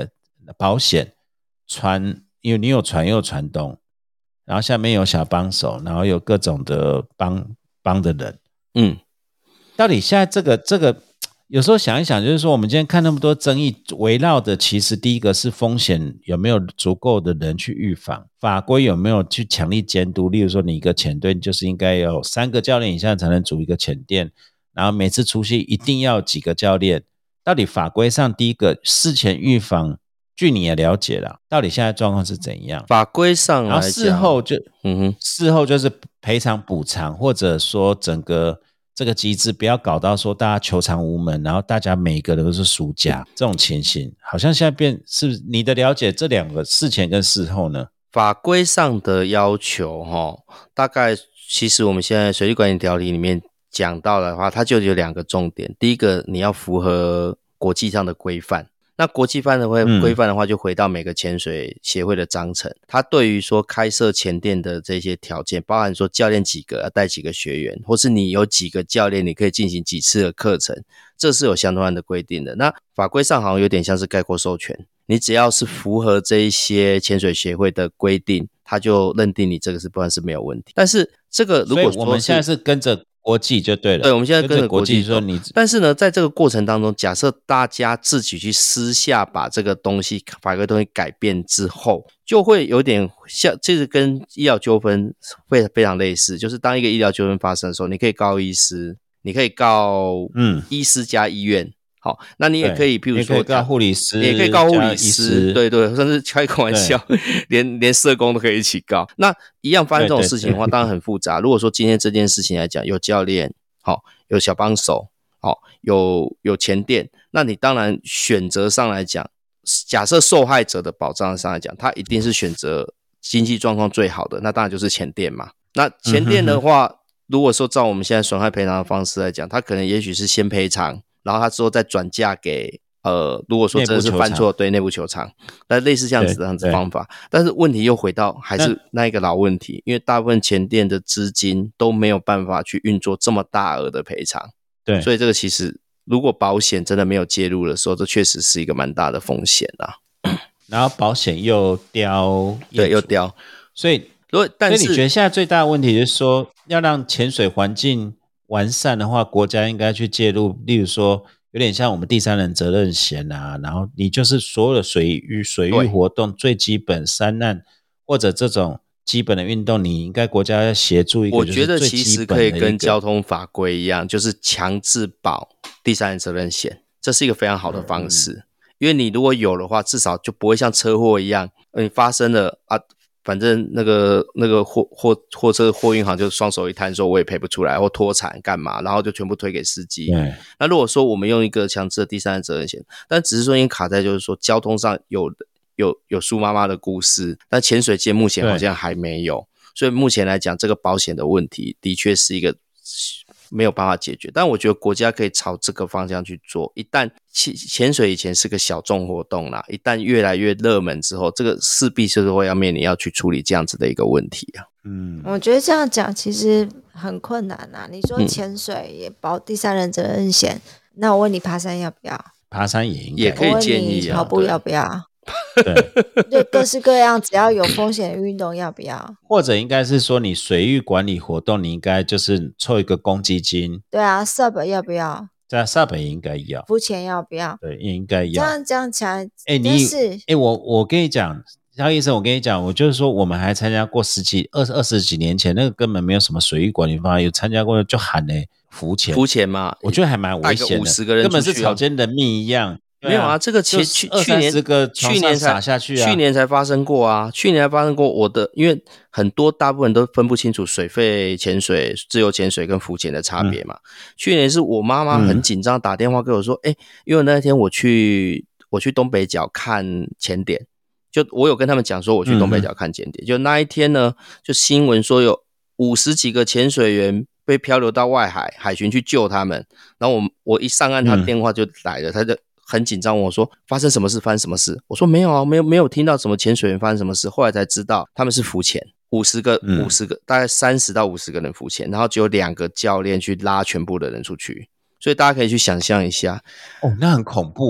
保险船，因为你有船又有船东，然后下面有小帮手，然后有各种的帮的人，到底现在这个有时候想一想，就是说我们今天看那么多争议，围绕的其实第一个是风险有没有足够的人去预防，法规有没有去强力监督，例如说你一个潜队就是应该有3个教练以下才能组一个潜店，然后每次除夕一定要几个教练，到底法规上第一个事前预防，据你也了解了，到底现在状况是怎样？ 法规上来讲， 然后事后就是赔偿补偿，或者说整个这个机制不要搞到说大家求偿无门，然后大家每个人都是输家，这种情形好像现在是不是你的了解这2个事前跟事后呢？ 法规上的要求大概其实我们现在水利管理条例里面讲到的话，它就有2个重点。第一个，你要符合国际上的规范。那国际上的规范的话，就回到每个潜水协会的章程，它对于说开设潜店的这些条件，包含说教练几个要带几个学员，或是你有几个教练你可以进行几次的课程，这是有相关的规定的。那法规上好像有点像是概括授权，你只要是符合这一些潜水协会的规定，他就认定你这个是不然是没有问题。但是这个如果说所以我们现在是跟着国际就对了。 对，我们现在跟着国际说你， 但是呢，在这个过程当中，假设大家自己去私下把这个东西法规东西改变之后，就会有点像，这是跟医疗纠纷非常类似，就是当一个医疗纠纷发生的时候，你可以告医师，你可以告医师加医院。好，那你也可以譬如说也可以告护理师， 也可以告护理师，对对，甚至开个玩笑，连社工都可以一起告。那一样发生这种事情的话，当然很复杂。如果说今天这件事情来讲，有教练，有小帮手，有潜店，那你当然选择上来讲，假设受害者的保障上来讲，他一定是选择经济状况最好的，那当然就是潜店嘛。那潜店的话，如果说照我们现在损害赔偿的方式来讲，他可能也许是先赔偿，然后他之后再转嫁给如果说真的是犯错，对内部求偿，那类似这样子方法。但是问题又回到还是那一个老问题，因为大部分潜店的资金都没有办法去运作这么大额的赔偿，对，所以这个其实如果保险真的没有介入的时候，这确实是一个蛮大的风险啊。 然后保险又刁， 对，又刁， 所以你觉得现在最大的问题就是说，要让潜水环境完善的话，国家应该去介入，例如说有点像我们第三人责任险啊，然后你就是所有的水域活动最基本山难或者这种基本的运动，你应该国家要协助一个， 我觉得其实可以跟交通法规一样，就是强制保第三人责任险，这是一个非常好的方式。因为你如果有的话，至少就不会像车祸一样，你发生了啊，反正那个货车货运行就双手一摊，说我也赔不出来，或脱产干嘛，然后就全部推给司机。那如果说我们用一个强制的第三人责任险，但只是说因为卡在就是说交通上有苏妈妈的故事，但潜水界目前好像还没有，所以目前来讲，这个保险的问题的确是一个没有办法解决，但我觉得国家可以朝这个方向去做。一旦潜水以前是个小众活动啦，一旦越来越热门之后，这个势必是会要面临要去处理这样子的一个问题啊。 我觉得这样讲其实很困难啊。你说潜水也保第三人责任险，那我问你爬山要不要？ 爬山也可以建议啊。跑步要不要？对，各式各样只要有风险的运动要不要？ 或者应该是说你水域管理活动你应该就是凑一个公积金。 对啊 ，sub 要不要？ 对啊 ，sub 也应该要。 浮潜要不要？ 对，也应该要。 这样起来， 我跟你讲，肖医生，我跟你讲，我就是说我们还参加过二十几年前那个根本没有什么水域管理方案，有参加过就喊浮潜嘛， 我觉得还蛮危险的 ，50个人根本是草菅人命一样。 没有啊，这个去年撒下去啊， 去年才发生过啊，去年才发生过。因为很多大部分都分不清楚水肺潜水、自由潜水跟浮潜的差别嘛。去年是我妈妈很紧张打电话跟我说，因为那天我去东北角看潜点，就我有跟他们讲说我去东北角看潜点，就那一天呢，就新闻说有50几个潜水员被漂流到外海，海巡去救他们，然后我一上岸，他电话就来了，他就很紧张问我说发生什么事？我说没有啊，没有听到什么潜水员发生什么事。后来才知道他们是浮潜，50个大概30到50个人浮潜，然后只有2个教练去拉全部的人出去，所以大家可以去想象一下。 那很恐怖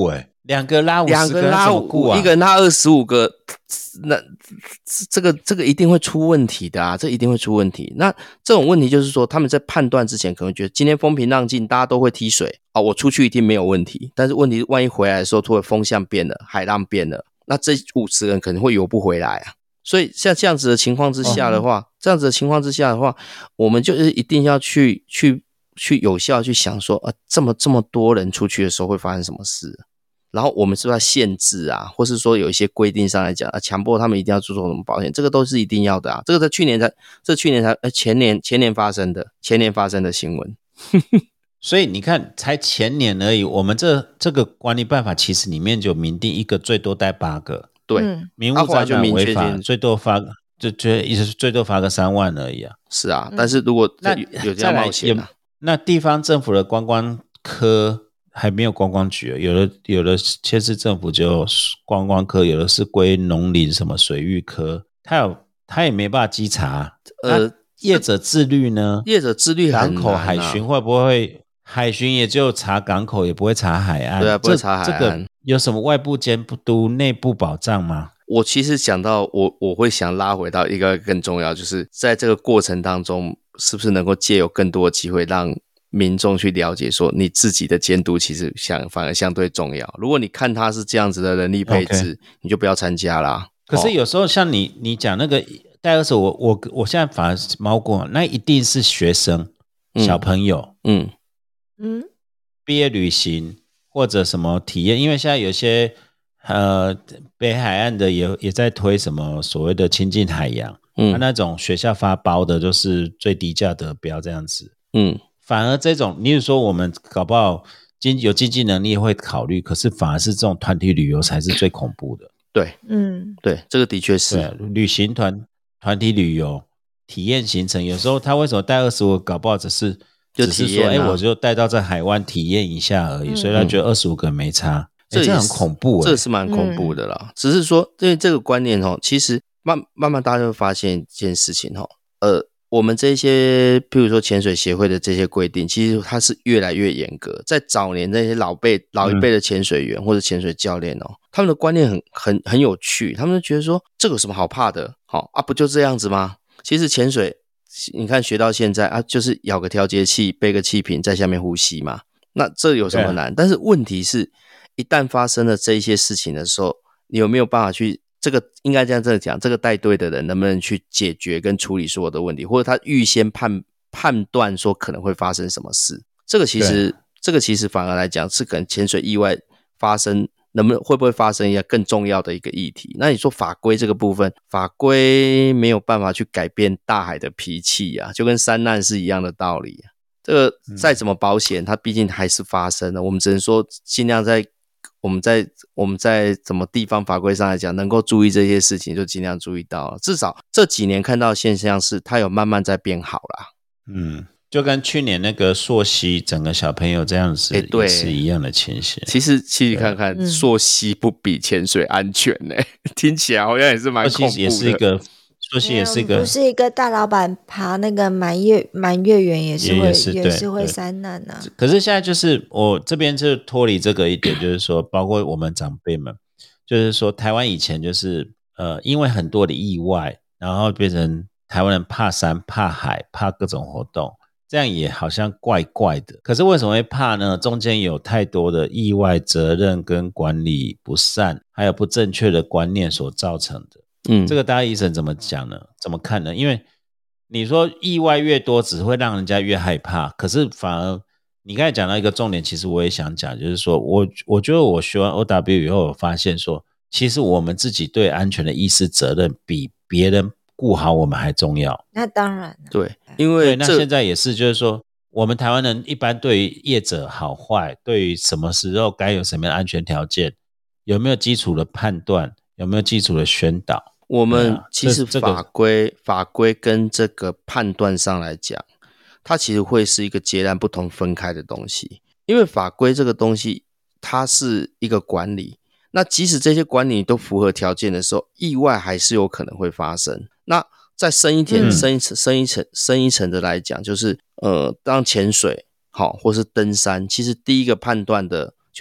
2个拉50个， 拉5，一个人拉25个，那这个一定会出问题的啊，这一定会出问题。那这种问题就是说，他们在判断之前可能觉得今天风平浪静，大家都会踢水啊，我出去一定没有问题。但是问题万一回来的时候，突然风向变了，海浪变了，那这50人可能会游不回来啊。所以像这样子的情况之下的话，我们就是一定要去有效去想说，这么多人出去的时候会发生什么事？然后我们是不是要限制啊，或是说有一些规定上来讲强迫他们一定要注重什么保险，这个都是一定要的啊。这个在前年发生的新闻。 所以你看，才前年而已，我们这个管理办法其实里面就明定一个最多带8个， 对， 明目张胆违法，最多罚个3万而已啊。 是啊，但是如果有这样冒险啊， 那地方政府的观光科还没有观光局，有的县市政府就观光科，有的是归农林什么水域科，他也没办法稽查。业者自律呢？ 业者自律很难啊。 港口海巡会不会？海巡也就查港口，也不会查海岸。 对啊，不会查海岸。 这个有什么外部监督、内部保障吗？ 我其实想到我会想拉回到一个更重要，就是在这个过程当中，是不是能够借有更多的机会让民众去了解说你自己的监督其实反而相对重要。如果你看他是这样子的人力配置，你就不要参加啦。 可是有时候像你讲那个带20，我现在反而猫过，那一定是学生、小朋友，毕业旅行或者什么体验，因为现在有些北海岸的也在推什么所谓的亲近海洋，那种学校发包的就是最低价的，不要这样子，反而这种，你是说我们搞不好有经济能力会考虑，可是反而是这种团体旅游才是最恐怖的。 对，对，这个的确是。 旅行团体旅游体验行程，有时候他为什么带25个，搞不好只是说，我就带到这海湾体验一下而已，所以他觉得25个没差。这很恐怖， 这是蛮恐怖的啦。只是说，因为这个观念其实慢慢大家会发现一件事情我们这些譬如说潜水协会的这些规定，其实它是越来越严格。在早年那些老一辈的潜水员或者潜水教练他们的观念很有趣，他们就觉得说这个有什么好怕的，不就这样子吗？其实潜水你看学到现在就是咬个调节器，背个气瓶在下面呼吸嘛，那这有什么难？但是问题是一旦发生了这一些事情的时候，你有没有办法去这个应该这样讲，这个带队的人能不能去解决跟处理所有的问题，或者他预先判断说可能会发生什么事？这个其实反而来讲是可能潜水意外发生会不会发生一个更重要的一个议题。那你说法规这个部分，法规没有办法去改变大海的脾气啊，就跟山难是一样的道理这个再怎么保险它毕竟还是发生了，我们只能说尽量我们在怎么地方法规上来讲能够注意这些事情就尽量注意到，至少这几年看到的现象是它有慢慢在变好啦。 就跟去年那个溯溪整个小朋友这样子也是一样的情形。 其实看看溯溪不比潜水安全听起来好像也是蛮恐怖的。 溯溪也是一个不是一个大老板爬那个满月圆也是会山难啊。 可是现在就是我这边就脱离这个一点，就是说包括我们长辈们，就是说台湾以前就是因为很多的意外，然后变成台湾人怕山怕海怕各种活动，这样也好像怪怪的。可是为什么会怕呢？中间有太多的意外责任跟管理不善，还有不正确的观念所造成的。这个大家医生怎么讲呢？怎么看呢？因为你说意外越多只会让人家越害怕，可是反而你刚才讲到一个重点，其实我也想讲，就是说我觉得我学完 OW 以后，我发现说其实我们自己对安全的意识责任比别人顾好我们还重要。 那当然对，因为那现在也是就是说我们台湾人一般对于业者好坏，对于什么时候该有什么样的安全条件，有没有基础的判断，有没有基础的宣导， 我们其实法规跟这个判断上来讲，它其实会是一个截然不同分开的东西。因为法规这个东西它是一个管理，那即使这些管理都符合条件的时候，意外还是有可能会发生。那再深一层的来讲，就是当潜水或是登山，其实第一个判断的就是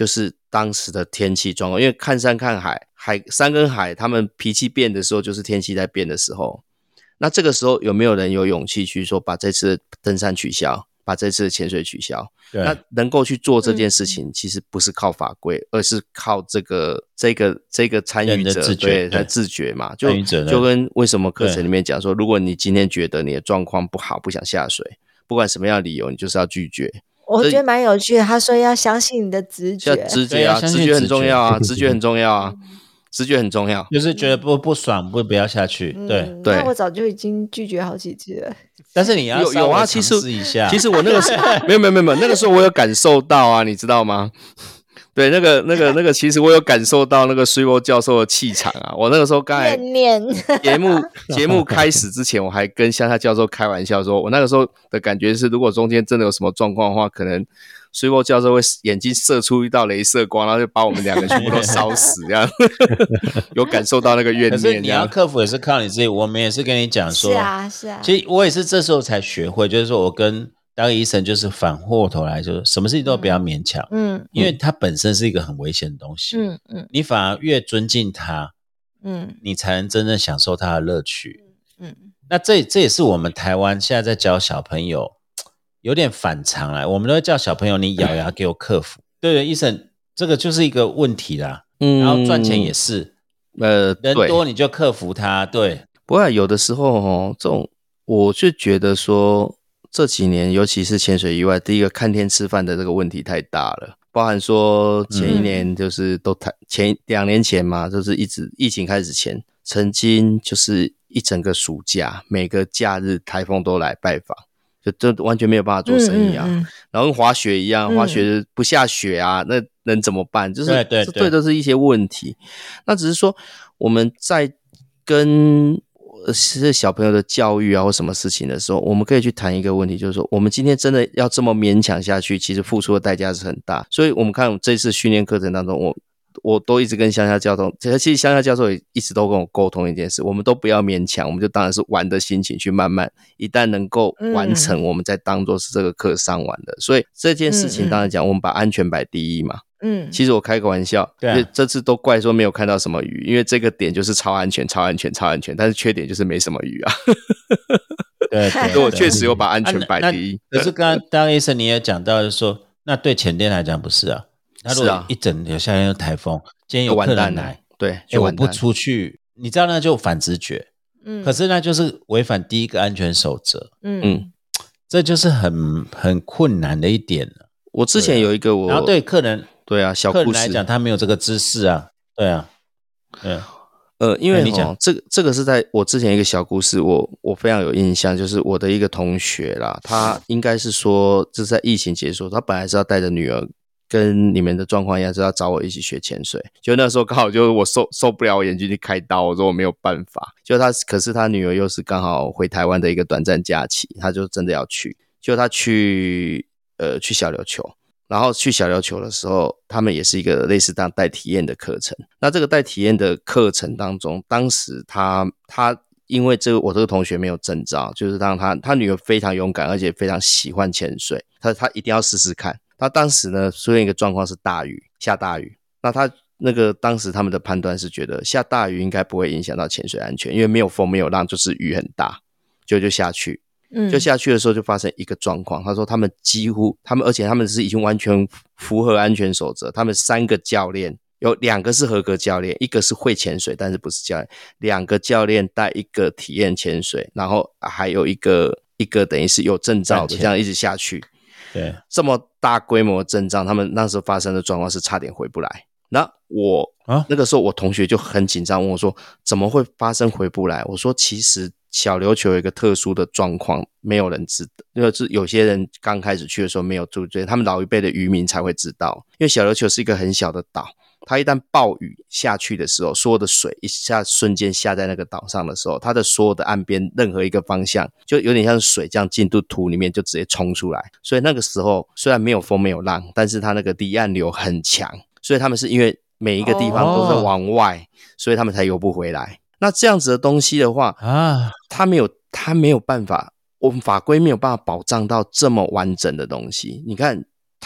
当时的天气状况，因为看山看海，山跟海他们脾气变的时候就是天气在变的时候。那这个时候有没有人有勇气去说把这次的登山取消，把这次的潜水取消？那能够去做这件事情，其实不是靠法规，而是靠这个参与者对他自觉嘛，就跟为什么课程里面讲说，如果你今天觉得你的状况不好，不想下水，不管什么样的理由，你就是要拒绝。 我觉得蛮有趣的，他说要相信你的直觉， 直觉啊，直觉很重要啊，直觉很重要啊。直觉很重要， 就是觉得不爽不要下去。对， 那我早就已经拒绝好几次了。 但是你要有啊， 其实我那个时候没有，那个时候我有感受到啊，你知道吗？对，那个，其实我有感受到那个水波教授的气场啊。我那个时候刚才节目开始之前，我还跟乡下教授开玩笑说，我那个时候的感觉是，如果中间真的有什么状况的话，可能水波教授会眼睛射出一道雷射光，然后就把我们两个全部都烧死这样。有感受到那个怨念。 可是你要克服也是靠你自己，我们也是跟你讲说， 是啊。 其实我也是这时候才学会，就是说我跟当医生就是反过头来，就是什么事情都不要勉强，因为它本身是一个很危险的东西，你反而越尊敬它，你才能真正享受它的乐趣，那这也是我们台湾现在在教小朋友有点反常啦，我们都会叫小朋友你咬牙给我克服，对，医生这个就是一个问题啦，然后赚钱也是，人多你就克服它，对， 不过有的时候这种我就觉得说。这几年尤其是潜水以外，第一个看天吃饭的这个问题太大了，包含说前一年就是前2年前嘛，就是一直疫情开始前，曾经就是一整个暑假每个假日台风都来拜访，就完全没有办法做生意啊，然后跟滑雪一样，滑雪不下雪啊，那能怎么办？就是对都是一些问题。那只是说我们在跟是小朋友的教育啊或什么事情的时候，我们可以去谈一个问题，就是说我们今天真的要这么勉强下去，其实付出的代价是很大。所以我们看这次训练课程当中，我都一直跟乡下教授，其实乡下教授也一直都跟我沟通一件事，我们都不要勉强，我们就当然是玩的心情去慢慢，一旦能够完成，我们再当作是这个课上完的。所以这件事情当然讲，我们把安全摆第一嘛。其实我开个玩笑，因为这次都怪说没有看到什么鱼，因为这个点就是超安全，但是缺点就是没什么鱼啊。对，我确实有把安全摆第一。 可是刚刚医生你也讲到，就是说，那对潜店来讲不是啊，那如果一整条夏天有台风，今天有客人来， 对， 我不出去，你知道那就反直觉，可是那就是违反第一个安全守则，这就是很困难的一点了。 我之前有一个然后对客人。 对啊，小故事客人来讲，他没有这个知识啊，对啊， 因为这个是在我之前一个小故事，我非常有印象，就是我的一个同学啦，他应该是说，就是在疫情结束，他本来是要带着女儿，跟你们的状况一样，是要找我一起学潜水，就那时候刚好就是我受不了，我眼睛去开刀，我说我没有办法，可是他女儿又是刚好回台湾的一个短暂假期，他就真的要去，就他去小琉球。然后去小琉球的时候，他们也是一个类似当带体验的课程。那这个带体验的课程当中，当时他因为我这个同学没有证照，就是让他女儿非常勇敢，而且非常喜欢潜水，他一定要试试看。他当时呢出现一个状况是下大雨，那他那个当时他们的判断是觉得下大雨应该不会影响到潜水安全，因为没有风没有浪，就是雨很大，就下去。就下去的时候就发生一个状况，他说而且他们是已经完全符合安全守则，他们3个教练有2个是合格教练，一个是会潜水但是不是教练，2个教练带一个体验潜水，然后还有一个等于是有证照的，这样一直下去。 对， 这么大规模的阵仗，他们那时候发生的状况是差点回不来。那那个时候我同学就很紧张，问我说怎么会发生回不来？我说其实小琉球有一个特殊的状况，没有人知道，因为有些人刚开始去的时候没有注意，他们老一辈的渔民才会知道。因为小琉球是一个很小的岛，它一旦暴雨下去的时候，所有的水一下瞬间下在那个岛上的时候，它的所有的岸边任何一个方向就有点像水这样进入土里面就直接冲出来。所以那个时候虽然没有风没有浪，但是它那个离岸流很强，所以他们是因为每一个地方都是往外，所以他们才游不回来。那这样子的东西的话他没有办法，我们法规没有办法保障到这么完整的东西。你看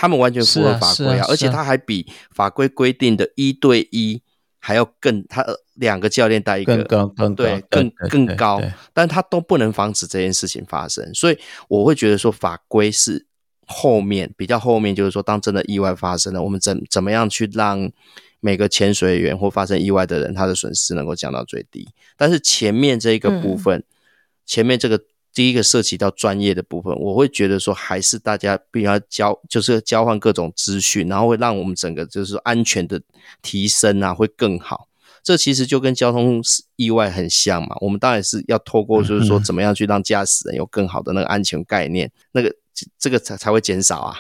他们完全符合法规而且他还比法规规定的1对1还要更，他2个教练带一个更高，但他都不能防止这件事情发生。所以我会觉得说法规是比较后面，就是说当真的意外发生了，我们怎么样去让每个潜水员或发生意外的人他的损失能够降到最低。但是前面这个部分，前面这个第一个涉及到专业的部分，我会觉得说还是大家必须要就是交换各种资讯，然后会让我们整个就是安全的提升会更好。这其实就跟交通意外很像嘛，我们当然是要透过就是说怎么样去让驾驶人有更好的那个安全概念，那个这个才会减少啊。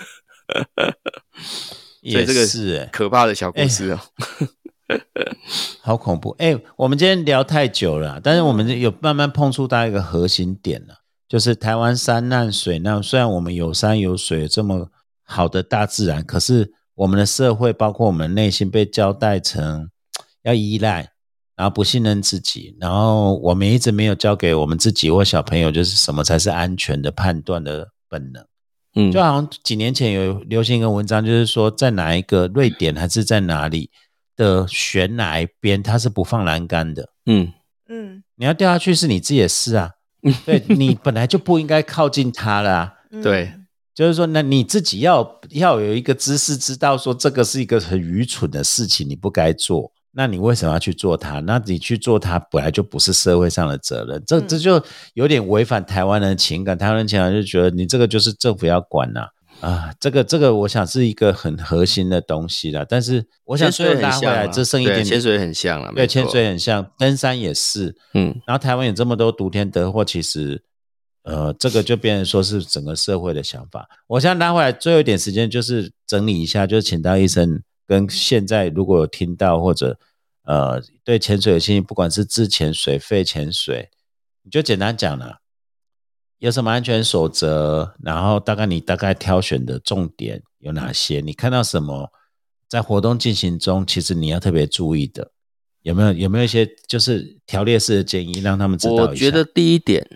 所以这个是可怕的小故事好恐怖。我们今天聊太久了，但是我们有慢慢碰触到一个核心点了，就是台湾山难水难，虽然我们有山有水这么好的大自然，可是我们的社会包括我们内心被交代成要依赖，然后不信任自己，然后我们一直没有教给我们自己或小朋友就是什么才是安全的判断的本能。就好像几年前有流行一个文章，就是说在哪一个瑞典还是在哪里的悬崖边它是不放栏杆的。你要掉下去是你自己的事啊。对，你本来就不应该靠近它啦。 对， 就是说那你自己要有一个知识，知道说这个是一个很愚蠢的事情，你不该做，那你为什么要去做它？那你去做它本来就不是社会上的责任，这就有点违反台湾人的情感。台湾人情感就觉得你这个就是政府要管这个我想是一个很核心的东西啦。但是我想最后拉回来，这剩一点点， 潜水很像啦， 对，潜水很像，登山也是。然后台湾有这么多独天得货，其实这个就变成说是整个社会的想法。我想拉回来最后一点时间就是整理一下，就是请到医生跟现在如果有听到或者对潜水有兴趣，不管是自潜水、肺潜水，你就简单讲了，有什么安全守则，然后你大概挑选的重点有哪些？你看到什么在活动进行中，其实你要特别注意的，有没有一些就是条列式的建议，让他们知道一下？ 我觉得第一点，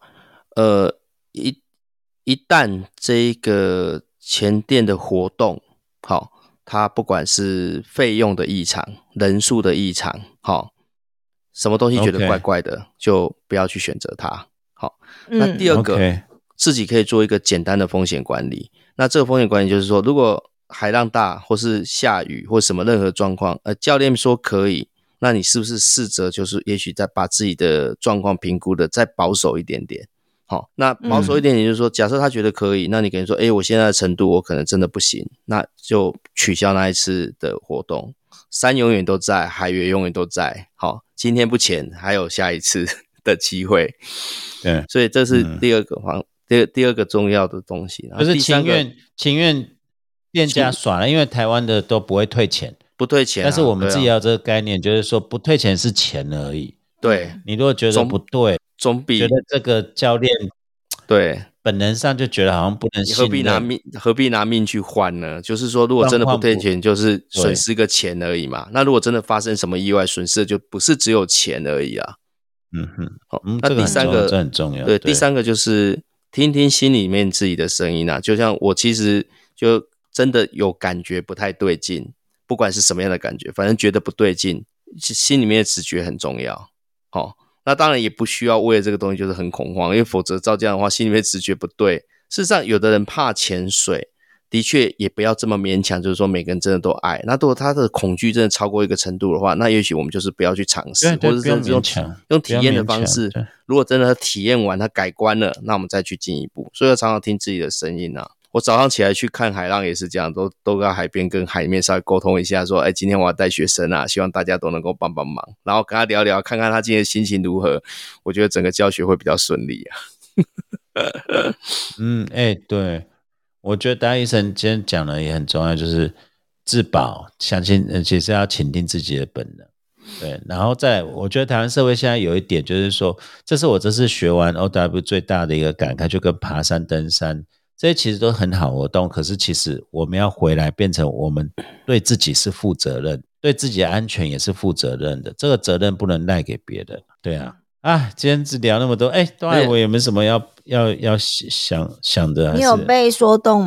一旦这个前店的活动，它不管是费用的异常、人数的异常，什么东西觉得怪怪的，就不要去选择它。那第二个，自己可以做一个简单的风险管理。那这个风险管理就是说，如果海浪大或是下雨或什么任何状况，教练说可以，那你是不是试着就是也许再把自己的状况评估的再保守一点点。那保守一点点就是说，假设他觉得可以，那你可能说我现在的程度我可能真的不行，那就取消那一次的活动。山永远都在，海也永远都在，今天不潜还有下一次的机会。 对， 所以这是第二个第二个重要的东西。 就是情愿店家耍了，因为台湾的都不会退钱， 不退钱但是我们自己要这个概念，就是说不退钱是钱而已。 对， 你如果觉得不对， 总比觉得这个教练对本能上就觉得好像不能信任， 何必拿命去换呢？就是说如果真的不退钱，就是损失个钱而已嘛。那如果真的发生什么意外，损失的就不是只有钱而已啊。那第三个这很重要。 对，第三个就是听听心里面自己的声音啊。就像我其实就真的有感觉不太对劲，不管是什么样的感觉，反正觉得不对劲，心里面的直觉很重要。那当然也不需要为了这个东西就是很恐慌，因为否则照这样的话，心里面直觉不对。事实上，有的人怕潜水，的确也不要这么勉强，就是说每个人真的都爱。那如果他的恐惧真的超过一个程度的话，那也许我们就是不要去尝试，或者是用体验的方式。如果真的体验完他改观了，那我们再去进一步。所以要常常听自己的声音啊。我早上起来去看海浪也是这样，都到海边跟海里面稍微沟通一下，说今天我要带学生啊，希望大家都能够帮帮忙，然后跟他聊聊，看看他今天的心情如何。我觉得整个教学会比较顺利啊。 对，我觉得大医生今天讲的也很重要，就是自保，相信其实要倾听自己的本能。对，然后我觉得台湾社会现在有一点就是说，这是我这次学完 OW 最大的一个感慨，就跟爬山、登山这些其实都很好活动，可是其实我们要回来变成我们对自己是负责任，对自己的安全也是负责任的，这个责任不能赖给别人。对啊，今天只聊那么多，段海我有没有什么要想的？ 你有被说动吗？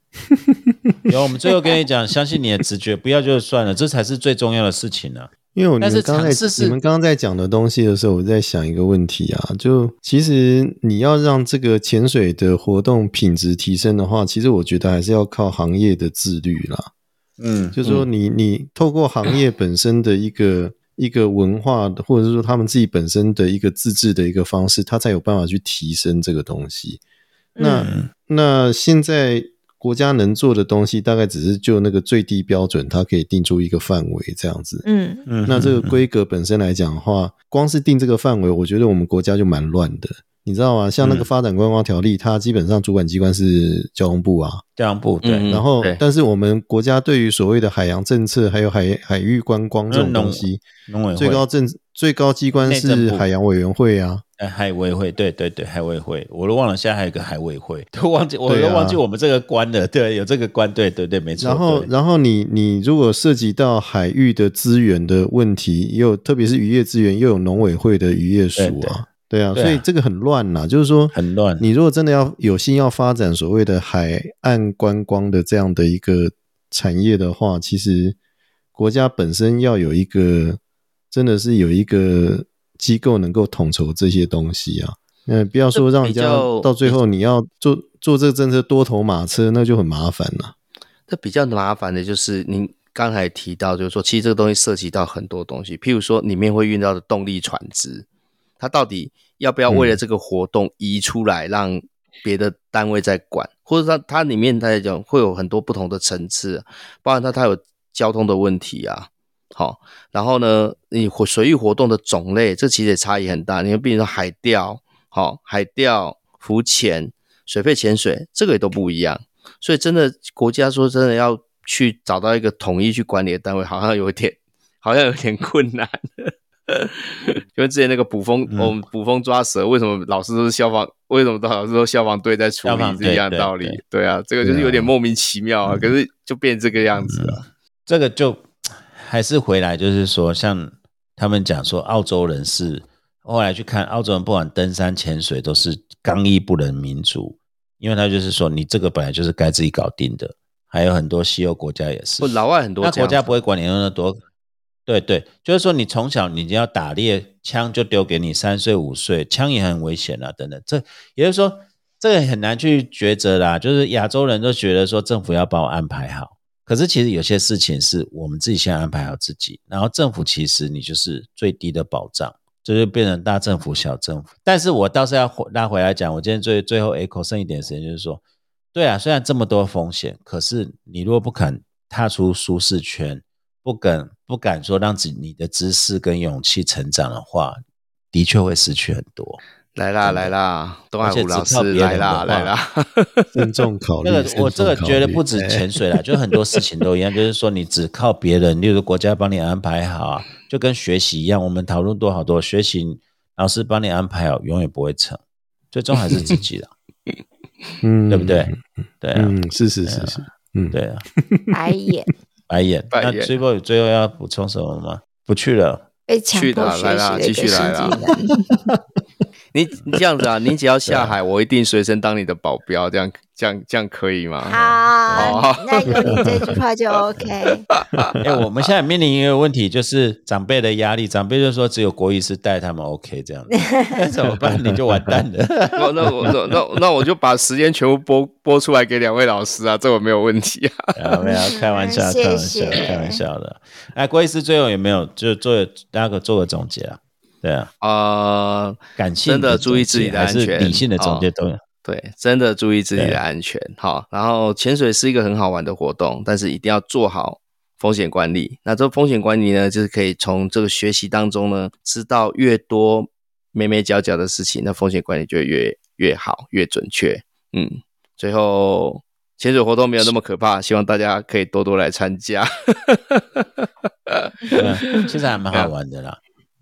有，我们最后跟你讲，相信你的直觉，不要就算了，这才是最重要的事情啊。 因为你们刚刚在讲的东西的时候，我在想一个问题啊，就其实你要让这个潜水的活动品质提升的话，其实我觉得还是要靠行业的自律啦。就是说你透过行业本身的一个文化，或者是说他们自己本身的一个自治的一个方式，他才有办法去提升这个东西。那现在国家能做的东西大概只是就那个最低标准，它可以定出一个范围这样子。那这个规格本身来讲的话，光是定这个范围，我觉得我们国家就蛮乱的。你知道吗？像那个发展观光条例，它基本上主管机关是交通部啊， 交通部对。 然后，但是我们国家对于所谓的海洋政策，还有海域观光这种东西，最高机关是海洋委员会啊。 海委会，对，海委会，我都忘了，现在还有一个海委会，我都忘记我们这个官了。对，有这个官，对，没错。 然后你如果涉及到海域的资源的问题，特别是渔业资源，又有农委会的渔业署啊。对啊，所以这个很乱啦，就是说很乱。 你如果真的要有心要发展所谓的海岸观光的这样的一个产业的话，其实国家本身要有一个，真的是有一个机构能够统筹这些东西啊。不要说让人家到最后你要做这个政策多头马车，那就很麻烦了。 这比较麻烦的就是您刚才提到，就是说其实这个东西涉及到很多东西，譬如说里面会运到的动力船只，它到底要不要为了这个活动移出来让别的单位在管，或者它里面来讲会有很多不同的层次，包含它有交通的问题啊。好，然后呢，你水域活动的种类，这其实也差异很大。你看，比如说海钓，海钓、浮潜、水肺潜水，这个也都不一样。所以真的国家说真的要去找到一个统一去管理的单位，好像有点困难。就跟之前那个捕风抓蛇，为什么老师都是消防？为什么老师都消防队在处理是一样的道理？对啊，这个就是有点莫名其妙啊。可是就变这个样子了。 这个就还是回来，就是说，像他们讲说，澳洲人是后来去看，澳洲人不管登山潜水都是刚毅不仁民族，因为他就是说，你这个本来就是该自己搞定的。还有很多西欧国家也是， 老外很多这样， 那国家不会管你那么多。对，就是说你从小你要打猎，枪就丢给你，3岁5岁，枪也很危险啊，等等。这也就是说，这个很难去抉择啦。就是亚洲人都觉得说政府要帮我安排好，可是其实有些事情是我们自己先安排好自己，然后政府其实你就是最低的保障，这就变成大政府小政府。但是我倒是要拉回来讲，我今天最后 echo 剩一点时间，就是说，对啊，虽然这么多风险，可是你如果不肯踏出舒适圈，不敢说让你的知识跟勇气成长的话，的确会失去很多。 来啦，东海湖老师来啦， 慎重考虑。 我这个觉得不止潜水啦，就很多事情都一样，就是说你只靠别人，例如国家帮你安排好啊，就跟学习一样，我们讨论多好多，学习老师帮你安排好，永远不会成，最终还是自己的。对不对？对啊， 是， 对啊， 白眼。 那最后要补充什么吗？不去了， 被强迫学习的一个新技能。 你这样子啊，你只要下海，我一定随身当你的保镖，这样可以吗？ 好，那有你这句话就 OK。 我们现在面临一个问题，就是长辈的压力，长辈就说只有国医师带他们 OK 这样子，那怎么办？你就完蛋了。 那我就把时间全部播出来给2位老师啊，这我没有问题啊。 没有开玩笑的。国医师最后有没有就大家做个总结啊？对啊，感性真的注意自己的安全， 还是理性的总结都有。 对，真的注意自己的安全。好，然后潜水是一个很好玩的活动，但是一定要做好风险管理。那这风险管理呢，就是可以从这个学习当中呢，知道越多眉角角的事情，那风险管理就会越好，越准确。最后潜水活动没有那么可怕，希望大家可以多多来参加。 其实还蛮好玩的啦。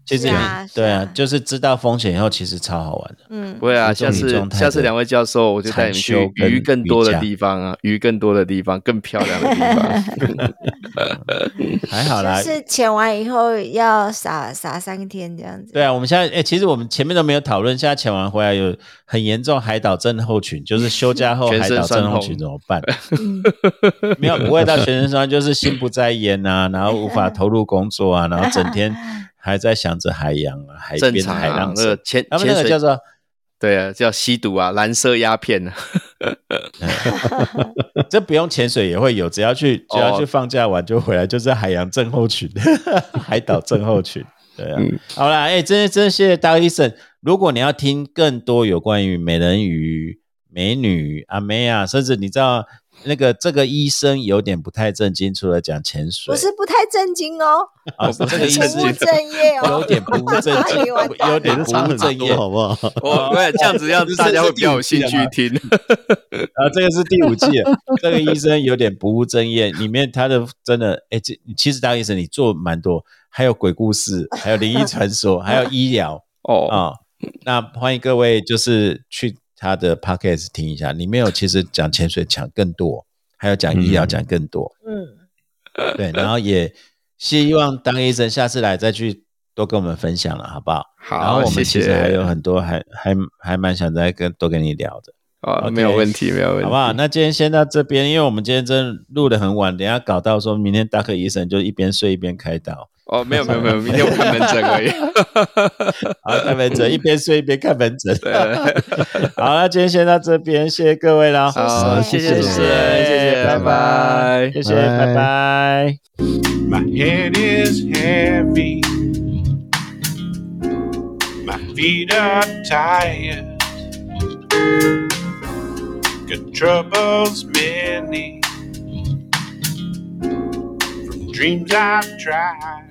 其实对啊，就是知道风险以后，其实超好玩的。 不会啊，下次2位教授我就带你们去鱼更多的地方啊，鱼更多的地方，更漂亮的地方。 还好啦， 就是潜完以后要撒3天这样子。 对啊，我们现在其实我们前面都没有讨论，现在潜完回来有很严重海岛症候群，就是休假后海岛症候群怎么办？没有，不会到全身酸，就是心不在焉啊，然后无法投入工作啊，然后整天还在想着海洋啊、海边的海浪声。他们那个叫做对啊，叫吸毒啊，蓝色鸦片啊。 这不用潜水也会有，只要去放假玩就回来，就是海洋症候群、海岛症候群。对啊，好啦，真谢谢大医生。如果你要听更多有关于美人鱼、美女、阿妹啊，甚至你知道这个医生有点不太正经，除了讲潜水， 不是不太正经哦， 这个医生不务正业哦， 有点不务正经，有点不务正业， 好不好？ 这样子让大家会比较有兴趣听。 这个是第5季了，这个医生有点不务正业，里面他的真的，其实大医生你做蛮多，还有鬼故事，还有灵异传说，还有医疗那欢迎各位就是去他的 podcast 听一下，里面有其实讲潜水讲更多，还有讲医疗讲更多。对，然后也希望当医生下次来再去多跟我们分享了，好不好？ 好， 然后我们其实还有很多还蛮想再多跟你聊的。 没有问题，没有问题， 好不好？那今天先到这边，因为我们今天真的录得很晚，等一下搞到说明天大科医生就一边睡一边开刀。 没有，明天我看门诊而已。 好，看门诊，一边睡一边看门诊。好，那今天先到这边，谢谢各位啦。 好，谢谢主持人，谢谢，拜拜， 谢谢，拜拜。 My head is heavy, my feet are tired, got troubles many, from dreams I've tried.